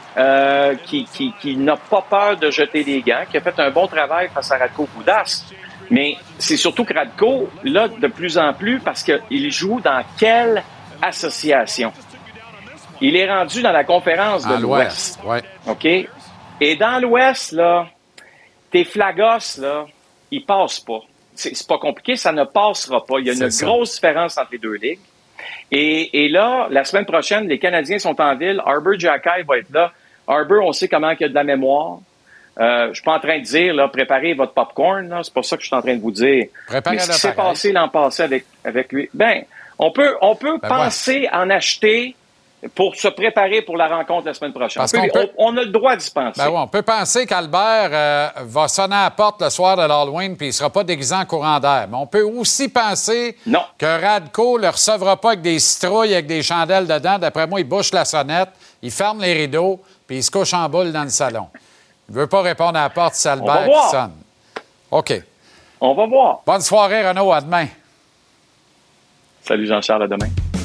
qui n'a pas peur de jeter les gants, qui a fait un bon travail face à Radko Gudas. Mais c'est surtout que Radko, là, de plus en plus, parce qu'il joue dans quelle association? Il est rendu dans la conférence de l'Ouest. Ouais. OK? Et dans l'Ouest, là, tes flagos, là, ils passent pas. c'est pas compliqué, ça ne passera pas. Il y a une grosse différence entre les deux ligues. Et là, la semaine prochaine, les Canadiens sont en ville. Arber Xhekaj va être là. Arber, on sait comment il y a de la mémoire. Je suis pas en train de dire, là, préparez votre popcorn, là. C'est pas ça que je suis en train de vous dire. Mais ce qui s'est passé l'an passé avec lui, on peut penser en acheter pour se préparer pour la rencontre la semaine prochaine. On a le droit d'y penser. On peut penser qu'Albert va sonner à la porte le soir de l'Halloween puis il ne sera pas déguisé en courant d'air. Mais on peut aussi penser que Radko ne le recevra pas avec des citrouilles, avec des chandelles dedans. D'après moi, il bouche la sonnette, il ferme les rideaux puis il se couche en boule dans le salon. Il ne veut pas répondre à la porte, c'est Albert qui sonne. OK. On va voir. Bonne soirée, Renaud. À demain. Salut, Jean-Charles. À demain.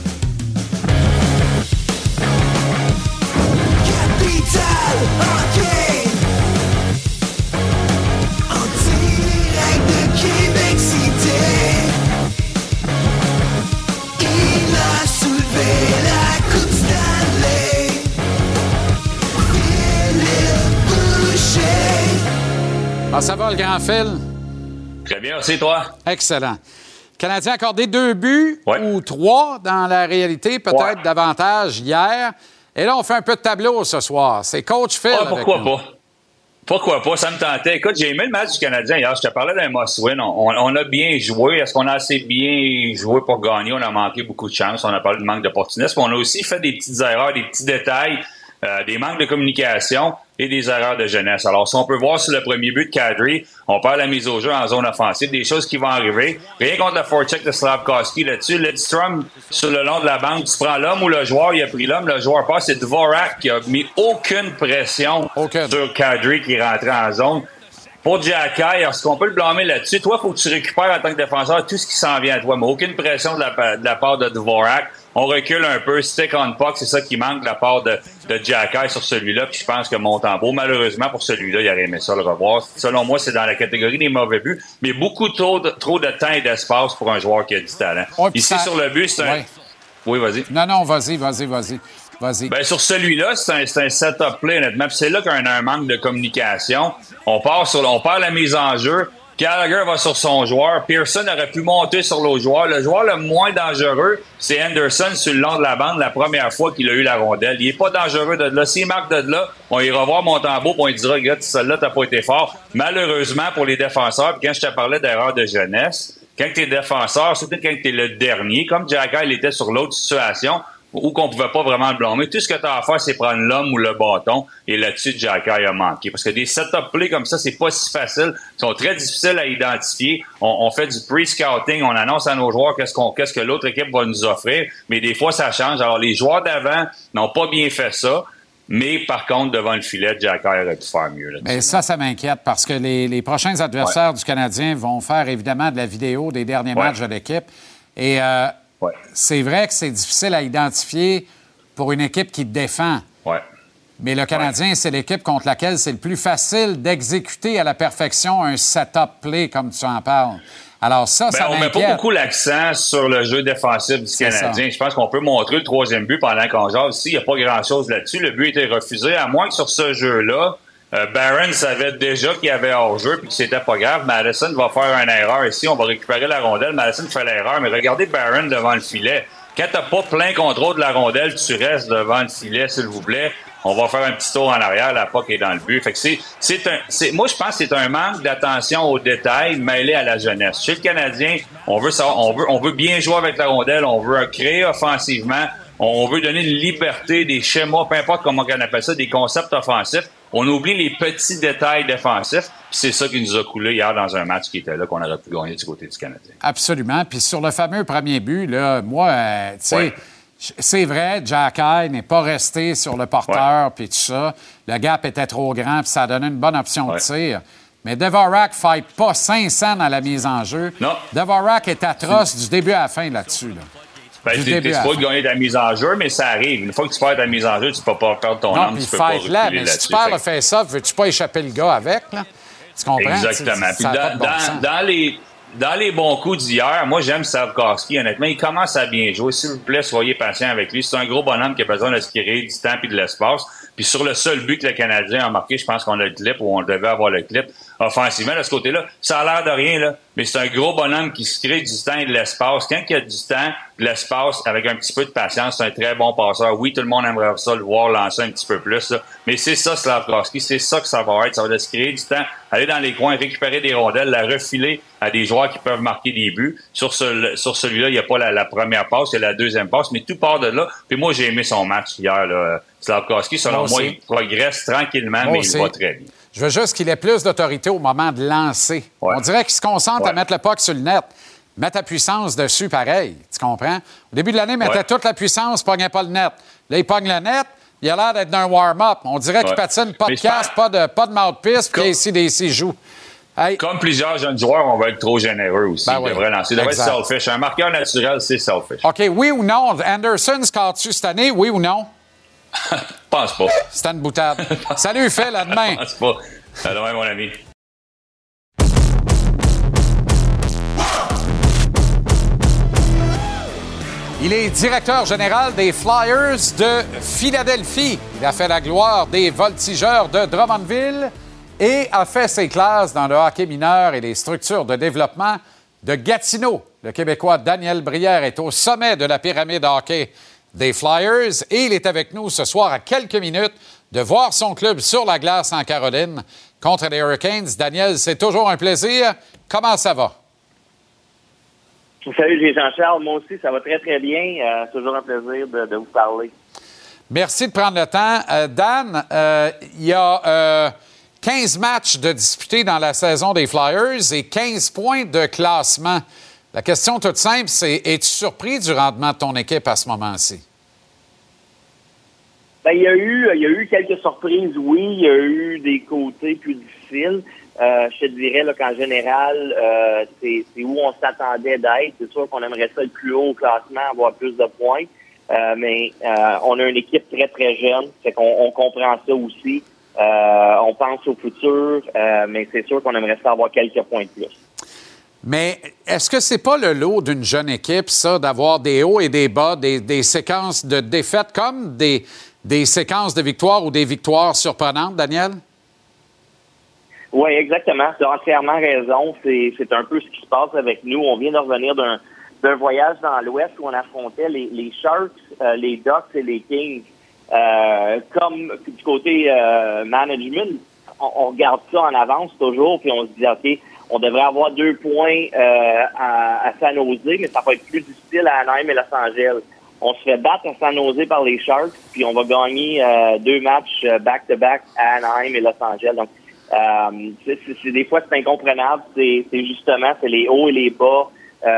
Ah, ça va, le grand Phil? Très bien, c'est toi. Excellent. Le Canadien a accordé 2 buts ou 3 dans la réalité, peut-être davantage hier. Et là, on fait un peu de tableau ce soir. C'est Coach Phil. Pourquoi pas? Pourquoi pas? Ça me tentait. Écoute, j'ai aimé le match du Canadien hier. Je te parlais d'un must-win. On a bien joué. Est-ce qu'on a assez bien joué pour gagner? On a manqué beaucoup de chance. On a parlé de manque d'opportunisme. On a aussi fait des petites erreurs, des petits détails, des manques de communication et des erreurs de jeunesse. Alors, si on peut voir sur le premier but de Kadri, on perd la mise au jeu en zone offensive, des choses qui vont arriver. Rien contre le forecheck de Slafkovsky là-dessus. Lidstrom, sur le long de la bande, tu prends l'homme ou le joueur, il a pris l'homme, le joueur passe. C'est Dvorak qui a mis aucune pression sur Kadri qui est rentré en zone. Pour Xhekaj, est-ce qu'on peut le blâmer là-dessus? Toi, il faut que tu récupères en tant que défenseur tout ce qui s'en vient à toi, mais aucune pression de la part de Dvorak. On recule un peu, stick on puck, c'est ça qui manque de la part de Xhekaj sur celui-là. Puis je pense que Montembeault, malheureusement pour celui-là, il aurait aimé ça le revoir. Selon moi, c'est dans la catégorie des mauvais buts, mais beaucoup trop de temps et d'espace pour un joueur qui a du talent. Ici, sur le but, c'est un... Oui, vas-y. Non, vas-y. Ben, sur celui-là, c'est un set-up play, honnêtement. Puis c'est là qu'il y a un manque de communication. On perd la mise en jeu. Gallagher va sur son joueur. Pearson aurait pu monter sur l'autre joueur. Le joueur le moins dangereux, c'est Anderson sur le long de la bande la première fois qu'il a eu la rondelle. Il est pas dangereux de là. S'il marque de là, on ira voir Montembeault et on lui dira, regarde, celle-là, t'as pas été fort. Malheureusement, pour les défenseurs, puis quand je te parlais d'erreur de jeunesse, quand t'es défenseur, surtout quand t'es le dernier, comme Xhekaj était sur l'autre situation, ou qu'on pouvait pas vraiment le blâmer. Tout ce que tu as à faire, c'est prendre l'homme ou le bâton. Et là-dessus, Xhekaj a manqué. Parce que des set-up plays comme ça, c'est pas si facile. Ils sont très difficiles à identifier. On fait du pre-scouting. On annonce à nos joueurs qu'est-ce que l'autre équipe va nous offrir. Mais des fois, ça change. Alors, les joueurs d'avant n'ont pas bien fait ça. Mais par contre, devant le filet, Xhekaj aurait pu faire mieux. Mais ça m'inquiète parce que les prochains adversaires du Canadien vont faire évidemment de la vidéo des derniers matchs de l'équipe. Et c'est vrai que c'est difficile à identifier pour une équipe qui défend. Mais le Canadien, c'est l'équipe contre laquelle c'est le plus facile d'exécuter à la perfection un set-up play, comme tu en parles. Alors ça m'inquiète. On met pas beaucoup l'accent sur le jeu défensif du Canadien. Je pense qu'on peut montrer le 3e but pendant qu'on jase. Ici, il n'y a pas grand-chose là-dessus. Le but a été refusé, à moins que sur ce jeu-là, Barron savait déjà qu'il y avait hors-jeu et que c'était pas grave. Madison va faire une erreur ici. On va récupérer la rondelle. Madison fait l'erreur. Mais regardez Barron devant le filet. Quand t'as pas plein contrôle de la rondelle, tu restes devant le filet, s'il vous plaît. On va faire un petit tour en arrière. La puck est dans le but. Fait que moi, je pense que c'est un manque d'attention aux détails mêlé à la jeunesse. Chez le Canadien, on veut bien jouer avec la rondelle. On veut créer offensivement. On veut donner une liberté, des schémas, peu importe comment on appelle ça, des concepts offensifs. On oublie les petits détails défensifs. Puis c'est ça qui nous a coulé hier dans un match qui était là, qu'on aurait pu gagner du côté du Canadien. Absolument. Puis sur le fameux premier but, là, moi, tu sais, c'est vrai, Xhekaj n'est pas resté sur le porteur puis tout ça. Le gap était trop grand puis ça a donné une bonne option de tir. Mais Dvorak ne fight pas 500 dans la mise en jeu. Non. Dvorak est atroce du début à la fin là-dessus. Là. Ben, tu peux pas gagner ta mise en jeu, mais ça arrive. Une fois que tu perds ta mise en jeu, tu peux pas perdre ton âme, tu peux pas reculer là-dessus. Mais si tu perds le face-off, veux-tu pas échapper le gars avec? Là? Tu comprends? Exactement. Puis dans les bons coups d'hier, moi, j'aime Slafkovsky. Honnêtement, il commence à bien jouer. S'il vous plaît, soyez patient avec lui. C'est un gros bonhomme qui a besoin de se créer du temps et de l'espace. Puis sur le seul but que le Canadien a marqué, je pense qu'on a le clip ou on devait avoir le clip. offensivement de ce côté-là. Ça a l'air de rien, là, mais c'est un gros bonhomme qui se crée du temps et de l'espace. Quand il y a du temps, de l'espace, avec un petit peu de patience, c'est un très bon passeur. Oui, tout le monde aimerait ça, le voir lancer un petit peu plus, là. Mais c'est ça, Slafkovský, c'est ça que ça va être. Ça va se créer du temps, aller dans les coins, récupérer des rondelles, la refiler à des joueurs qui peuvent marquer des buts. Sur celui-là, il n'y a pas la première passe, il y a la deuxième passe, mais tout part de là. Puis moi, j'ai aimé son match hier, là. Slafkovský, selon moi, il progresse tranquillement, mais il va très bien. Je veux juste qu'il ait plus d'autorité au moment de lancer. Ouais. On dirait qu'il se concentre à mettre le puck sur le net. Mets ta puissance dessus, pareil. Tu comprends? Au début de l'année, il mettait toute la puissance, il ne pognait pas le net. Là, il pogne le net, il a l'air d'être d'un warm-up. On dirait qu'il patine pas de casse, pas de mouthpiece, puis ici joue. Hey. Comme plusieurs jeunes joueurs, on va être trop généreux aussi. Il devrait lancer. Il devrait être selfish. Un marqueur naturel, c'est selfish. OK, oui ou non? Anderson score-tu cette année, oui ou non? Pense pas. C'était une boutade. Salut, Phil, à demain. Pense pas. À demain, mon ami. Il est directeur général des Flyers de Philadelphie. Il a fait la gloire des Voltigeurs de Drummondville et a fait ses classes dans le hockey mineur et les structures de développement de Gatineau. Le Québécois Daniel Brière est au sommet de la pyramide hockey des Flyers et il est avec nous ce soir à quelques minutes de voir son club sur la glace en Caroline contre les Hurricanes. Daniel, c'est toujours un plaisir. Comment ça va? Salut Jean-Charles, moi aussi, ça va très, très bien. Toujours un plaisir de vous parler. Merci de prendre le temps. Dan, il y a 15 matchs de disputés dans la saison des Flyers et 15 points de classement. La question toute simple, c'est es-tu surpris du rendement de ton équipe à ce moment-ci? Ben, il y a eu quelques surprises, oui. Il y a eu des côtés plus difficiles. Je te dirais là, qu'en général, c'est où on s'attendait d'être. C'est sûr qu'on aimerait ça le plus haut au classement, avoir plus de points. Mais on a une équipe très, très jeune. Fait qu'on comprend ça aussi. On pense au futur, mais c'est sûr qu'on aimerait ça avoir quelques points de plus. Mais est-ce que c'est pas le lot d'une jeune équipe, ça, d'avoir des hauts et des bas, des séquences de défaites comme des séquences de victoires ou des victoires surprenantes, Daniel? Oui, exactement. Tu as entièrement raison. C'est un peu ce qui se passe avec nous. On vient de revenir d'un voyage dans l'Ouest où on affrontait les Sharks, les Ducks et les Kings. Comme du côté management, on regarde ça en avance toujours, puis on se dit, OK, on devrait avoir 2 points à San Jose, mais ça va être plus difficile à Anaheim et Los Angeles. On se fait battre à San Jose par les Sharks, puis on va gagner 2 matchs back-to-back à Anaheim et Los Angeles. Donc, c'est des fois, c'est incompréhensible. C'est justement, c'est les hauts et les bas,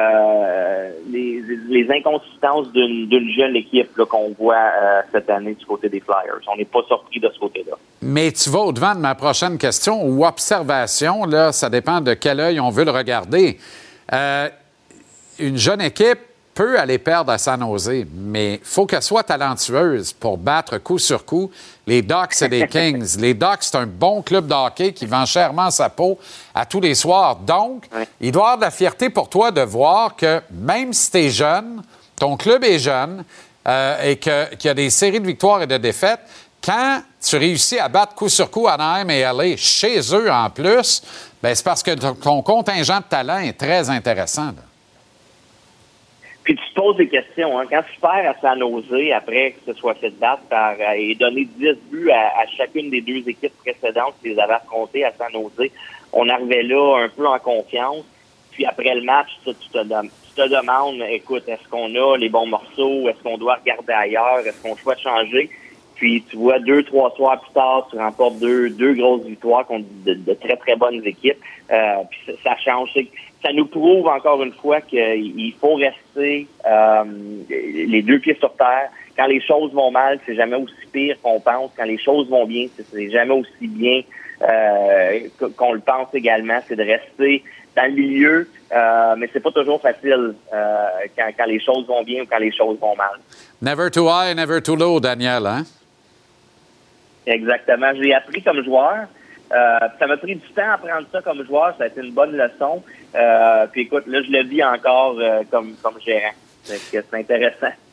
les inconsistances d'une jeune équipe là, qu'on voit cette année du côté des Flyers. On n'est pas surpris de ce côté-là. Mais tu vas au-devant de ma prochaine question ou observation. Là, ça dépend de quel œil on veut le regarder. Une jeune équipe peut aller perdre à San Jose, mais il faut qu'elle soit talentueuse pour battre coup sur coup les Ducks et les Kings. Les Ducks, c'est un bon club de hockey qui vend chèrement sa peau à tous les soirs. Donc, il doit y avoir de la fierté pour toi de voir que même si tu es jeune, ton club est jeune et qu'il y a des séries de victoires et de défaites, quand tu réussis à battre coup sur coup Anaheim et LA chez eux en plus, ben c'est parce que ton contingent de talent est très intéressant. Là. Puis tu te poses des questions. Hein. Quand tu perds à San Jose, après que ce soit fait battre et donner 10 buts à chacune des 2 équipes précédentes qui les avaient affrontées à San Jose, on arrivait là un peu en confiance. Puis après le match, tu te demandes, écoute, est-ce qu'on a les bons morceaux? Est-ce qu'on doit regarder ailleurs? Est-ce qu'on souhaite changer? Puis tu vois 2-3 soirs plus tard, tu remportes deux grosses victoires contre de très, très bonnes équipes. Puis ça change. Ça nous prouve encore une fois qu'il faut rester les 2 pieds sur terre. Quand les choses vont mal, c'est jamais aussi pire qu'on pense. Quand les choses vont bien, c'est jamais aussi bien qu'on le pense également. C'est de rester dans le milieu, mais c'est pas toujours facile quand les choses vont bien ou quand les choses vont mal. Never too high, never too low, Daniel, hein? Exactement. Je l'ai appris comme joueur. Ça m'a pris du temps à apprendre ça comme joueur. Ça a été une bonne leçon. Puis écoute, là, je le vis encore comme gérant. C'est intéressant.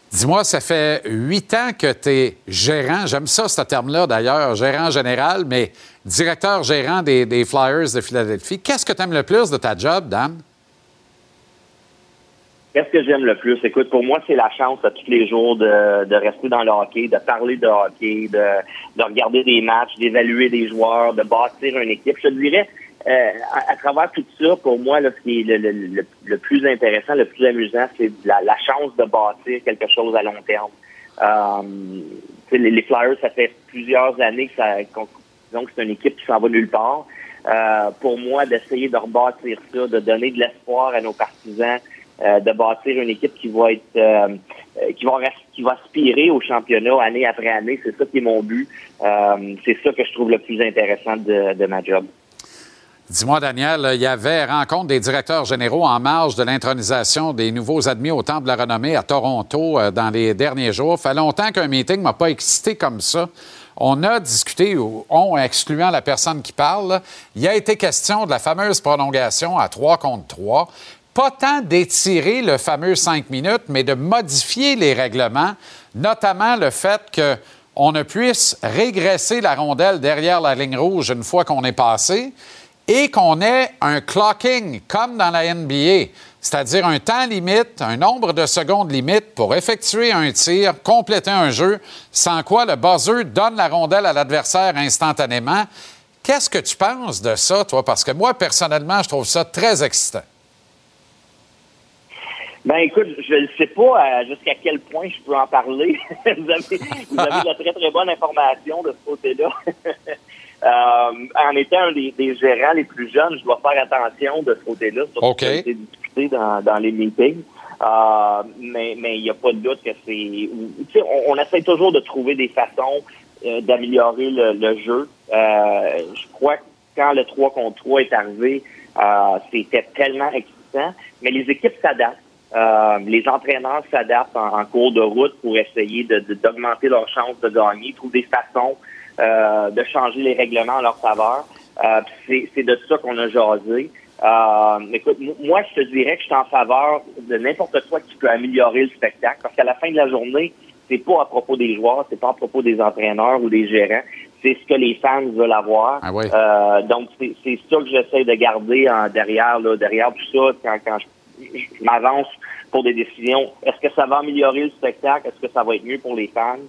Dis-moi, ça fait 8 ans que tu es gérant, j'aime ça, ce terme-là d'ailleurs, gérant général, mais directeur-gérant des Flyers de Philadelphie. Qu'est-ce que tu aimes le plus de ta job, Dan? Qu'est-ce que j'aime le plus? Écoute, pour moi, c'est la chance à tous les jours de rester dans le hockey, de parler de hockey, de regarder des matchs, d'évaluer des joueurs, de bâtir une équipe. Je te dirais, à travers tout ça, pour moi, là, ce qui est le plus intéressant, le plus amusant, c'est la chance de bâtir quelque chose à long terme. Les Flyers, ça fait plusieurs années donc c'est une équipe qui s'en va nulle part. Pour moi, d'essayer de rebâtir ça, de donner de l'espoir à nos partisans, de bâtir une équipe qui va être qui va aspirer au championnat année après année, c'est ça qui est mon but. C'est ça que je trouve le plus intéressant de ma job. Dis-moi, Daniel, il y avait rencontre des directeurs généraux en marge de l'intronisation des nouveaux admis au Temple de la Renommée à Toronto dans les derniers jours. Ça fait longtemps qu'un meeting ne m'a pas excité comme ça. On a discuté, excluant la personne qui parle, il a été question de la fameuse prolongation à 3 contre 3. Pas tant d'étirer le fameux 5 minutes, mais de modifier les règlements, notamment le fait qu'on ne puisse régresser la rondelle derrière la ligne rouge une fois qu'on est passé, et qu'on ait un clocking, comme dans la NBA, c'est-à-dire un temps limite, un nombre de secondes limite pour effectuer un tir, compléter un jeu, sans quoi le buzzer donne la rondelle à l'adversaire instantanément. Qu'est-ce que tu penses de ça, toi? Parce que moi, personnellement, je trouve ça très excitant. Ben écoute, je ne sais pas jusqu'à quel point je peux en parler. vous avez de la très, très bonne information de ce côté-là. En étant un des gérants les plus jeunes, je dois faire attention de ce côté-là, surtout que ça a été discuté dans les meetings. Mais il n'y a pas de doute que c'est... On essaie toujours de trouver des façons d'améliorer le jeu. Je crois que quand le 3 contre 3 est arrivé, c'était tellement excitant, mais les équipes s'adaptent. Les entraîneurs s'adaptent en cours de route pour essayer d'augmenter leurs chances de gagner, trouvent des façons de changer les règlements en leur faveur. C'est de ça qu'on a jasé. Écoute, moi, je te dirais que je suis en faveur de n'importe quoi qui peut améliorer le spectacle, parce qu'à la fin de la journée, c'est pas à propos des joueurs, c'est pas à propos des entraîneurs ou des gérants, c'est ce que les fans veulent avoir. Ah oui. Donc, c'est ça que j'essaie de garder derrière tout ça, quand je m'avance pour des décisions. Est-ce que ça va améliorer le spectacle? Est-ce que ça va être mieux pour les fans?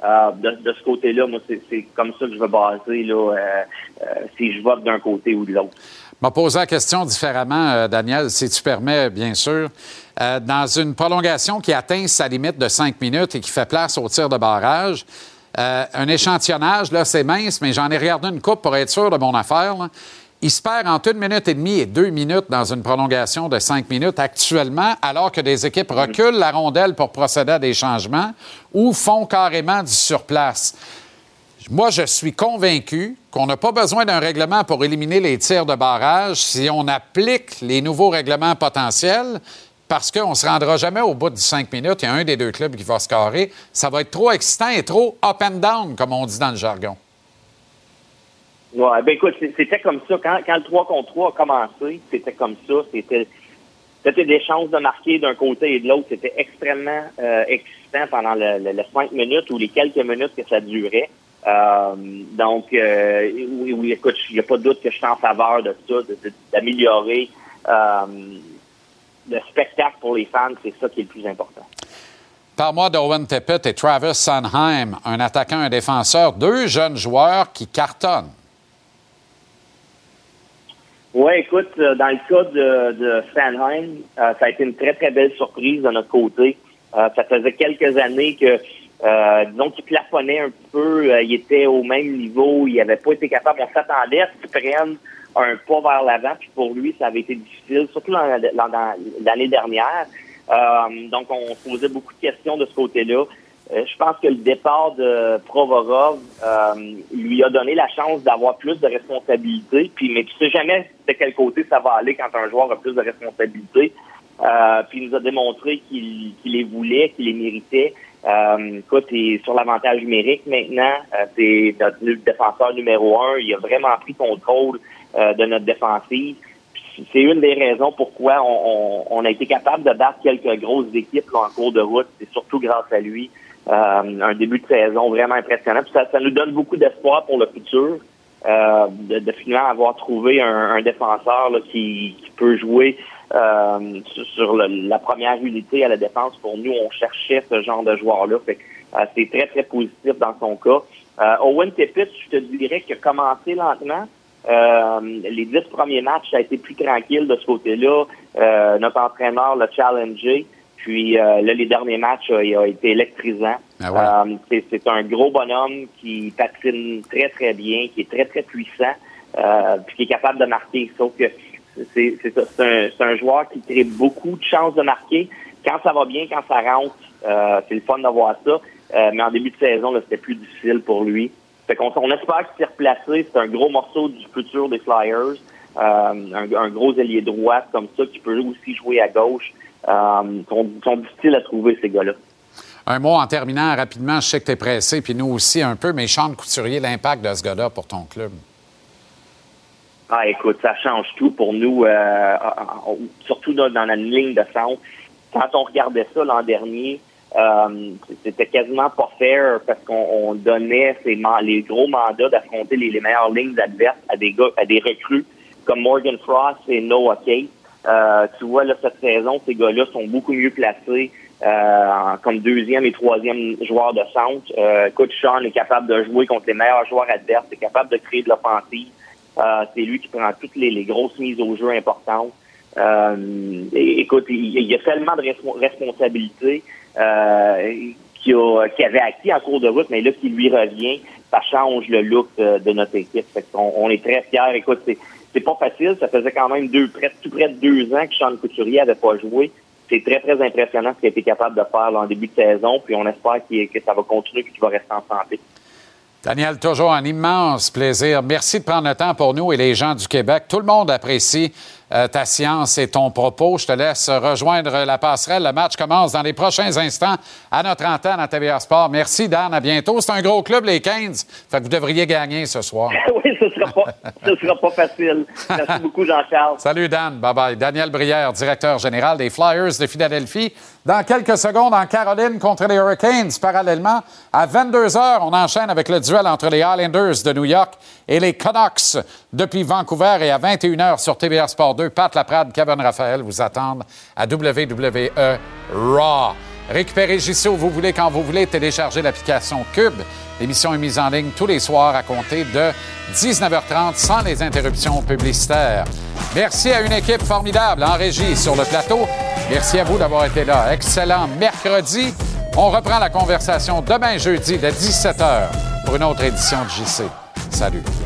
De ce côté-là, moi, c'est comme ça que je vais baser si je vote d'un côté ou de l'autre. Je vais poser la question différemment, Daniel, si tu permets, bien sûr. Dans une prolongation qui atteint sa limite de 5 minutes et qui fait place au tir de barrage, un échantillonnage, là, c'est mince, mais j'en ai regardé une coupe pour être sûr de mon affaire, là. Il se perd entre 1 minute et demie et 2 minutes dans une prolongation de 5 minutes actuellement, alors que des équipes reculent la rondelle pour procéder à des changements ou font carrément du surplace. Moi, je suis convaincu qu'on n'a pas besoin d'un règlement pour éliminer les tirs de barrage si on applique les nouveaux règlements potentiels, parce qu'on ne se rendra jamais au bout de 5 minutes. Il y a un des deux clubs qui va scorer. Ça va être trop excitant et trop up and down, comme on dit dans le jargon. Ouais, ben écoute, c'était comme ça. Quand le 3 contre 3 a commencé, c'était comme ça. C'était des chances de marquer d'un côté et de l'autre. C'était extrêmement excitant pendant les 5 minutes ou les quelques minutes que ça durait. Donc, oui, écoute, il n'y a pas de doute que je suis en faveur de ça, d'améliorer le spectacle pour les fans. C'est ça qui est le plus important. Parle-moi d'Owen Tippett et Travis Sanheim, un attaquant, un défenseur, 2 jeunes joueurs qui cartonnent. Oui, écoute, dans le cas de Sanheim, ça a été une très, très belle surprise de notre côté. Ça faisait quelques années que, disons qu'il plafonnait un peu, il était au même niveau, il n'avait pas été capable, on s'attendait à ce qu'il prenne un pas vers l'avant, puis pour lui, ça avait été difficile, surtout dans l'année dernière. Donc, on se posait beaucoup de questions de ce côté-là. Je pense que le départ de Provorov lui a donné la chance d'avoir plus de responsabilités. Mais tu sais jamais de quel côté ça va aller quand un joueur a plus de responsabilités. Puis il nous a démontré qu'il les voulait, qu'il les méritait. Écoute, il est sur l'avantage numérique maintenant. C'est notre défenseur numéro 1. Il a vraiment pris contrôle de notre défensive. Puis c'est une des raisons pourquoi on a été capable de battre quelques grosses équipes là, en cours de route. C'est surtout grâce à lui. Un début de saison vraiment impressionnant. Puis ça nous donne beaucoup d'espoir pour le futur. De finalement avoir trouvé un défenseur là, qui peut jouer sur la première unité à la défense. Pour nous, on cherchait ce genre de joueur-là. Fait que, c'est très, très positif dans son cas. Owen Tippett, je te dirais qu'il a commencé lentement. Les 10 premiers matchs, ça a été plus tranquille de ce côté-là. Notre entraîneur l'a challengé. Puis là, les derniers matchs, il a été électrisant. Ah ouais. C'est un gros bonhomme qui patine très, très bien, qui est très, très puissant, puis qui est capable de marquer. Sauf que c'est un joueur qui crée beaucoup de chances de marquer. Quand ça va bien, quand ça rentre, c'est le fun d'avoir ça. Mais en début de saison, là, c'était plus difficile pour lui. Fait qu'on espère qu'il s'est replacé. C'est un gros morceau du futur des Flyers. Un gros ailier droit comme ça qui peut aussi jouer à gauche. Sont difficiles à trouver, ces gars-là. Un mot en terminant rapidement. Je sais que tu es pressé, puis nous aussi un peu, mais Sean Couturier, l'impact de ce gars-là pour ton club? Ah, écoute, ça change tout pour nous, surtout dans la ligne de centre. Quand on regardait ça l'an dernier, c'était quasiment pas fair parce qu'on donnait les gros mandats d'affronter les meilleures lignes adverses à des recrues comme Morgan Frost et Noah Cates. Tu vois, là, cette saison, ces gars-là sont beaucoup mieux placés comme deuxième et troisième joueurs de centre. Écoute, Sean est capable de jouer contre les meilleurs joueurs adverses, est capable de créer de l'offensive. C'est lui qui prend toutes les grosses mises au jeu importantes. Écoute, il y a tellement de responsabilités qu'il avait acquis en cours de route, mais là, qui lui revient, ça change le look de notre équipe. Fait qu'on est très fiers. Écoute, c'est pas facile. Ça faisait quand même tout près de 2 ans que Sean Couturier avait pas joué. C'est très, très impressionnant ce qu'il a été capable de faire là, en début de saison. Puis on espère que ça va continuer et qu'il va rester en santé. Daniel, toujours un immense plaisir. Merci de prendre le temps pour nous et les gens du Québec. Tout le monde apprécie ta science et ton propos. Je te laisse rejoindre la passerelle. Le match commence dans les prochains instants à notre antenne à TVA Sport. Merci, Dan. À bientôt. C'est un gros club, les 15. Fait que vous devriez gagner ce soir. Oui, ce sera pas facile. Merci beaucoup, Jean-Charles. Salut, Dan. Bye-bye. Daniel Brière, directeur général des Flyers de Philadelphie. Dans quelques secondes, en Caroline contre les Hurricanes. Parallèlement, à 22h, on enchaîne avec le duel entre les Islanders de New York et les Canucks depuis Vancouver. Et à 21h sur TVA Sport 2, Pat Laprade, Kevin Raphaël vous attendent à WWE Raw. Récupérez JC où vous voulez, quand vous voulez. Téléchargez l'application Cube. L'émission est mise en ligne tous les soirs à compter de 19h30 sans les interruptions publicitaires. Merci à une équipe formidable en régie sur le plateau. Merci à vous d'avoir été là. Excellent mercredi. On reprend la conversation demain jeudi dès 17h pour une autre édition de JC. Salut.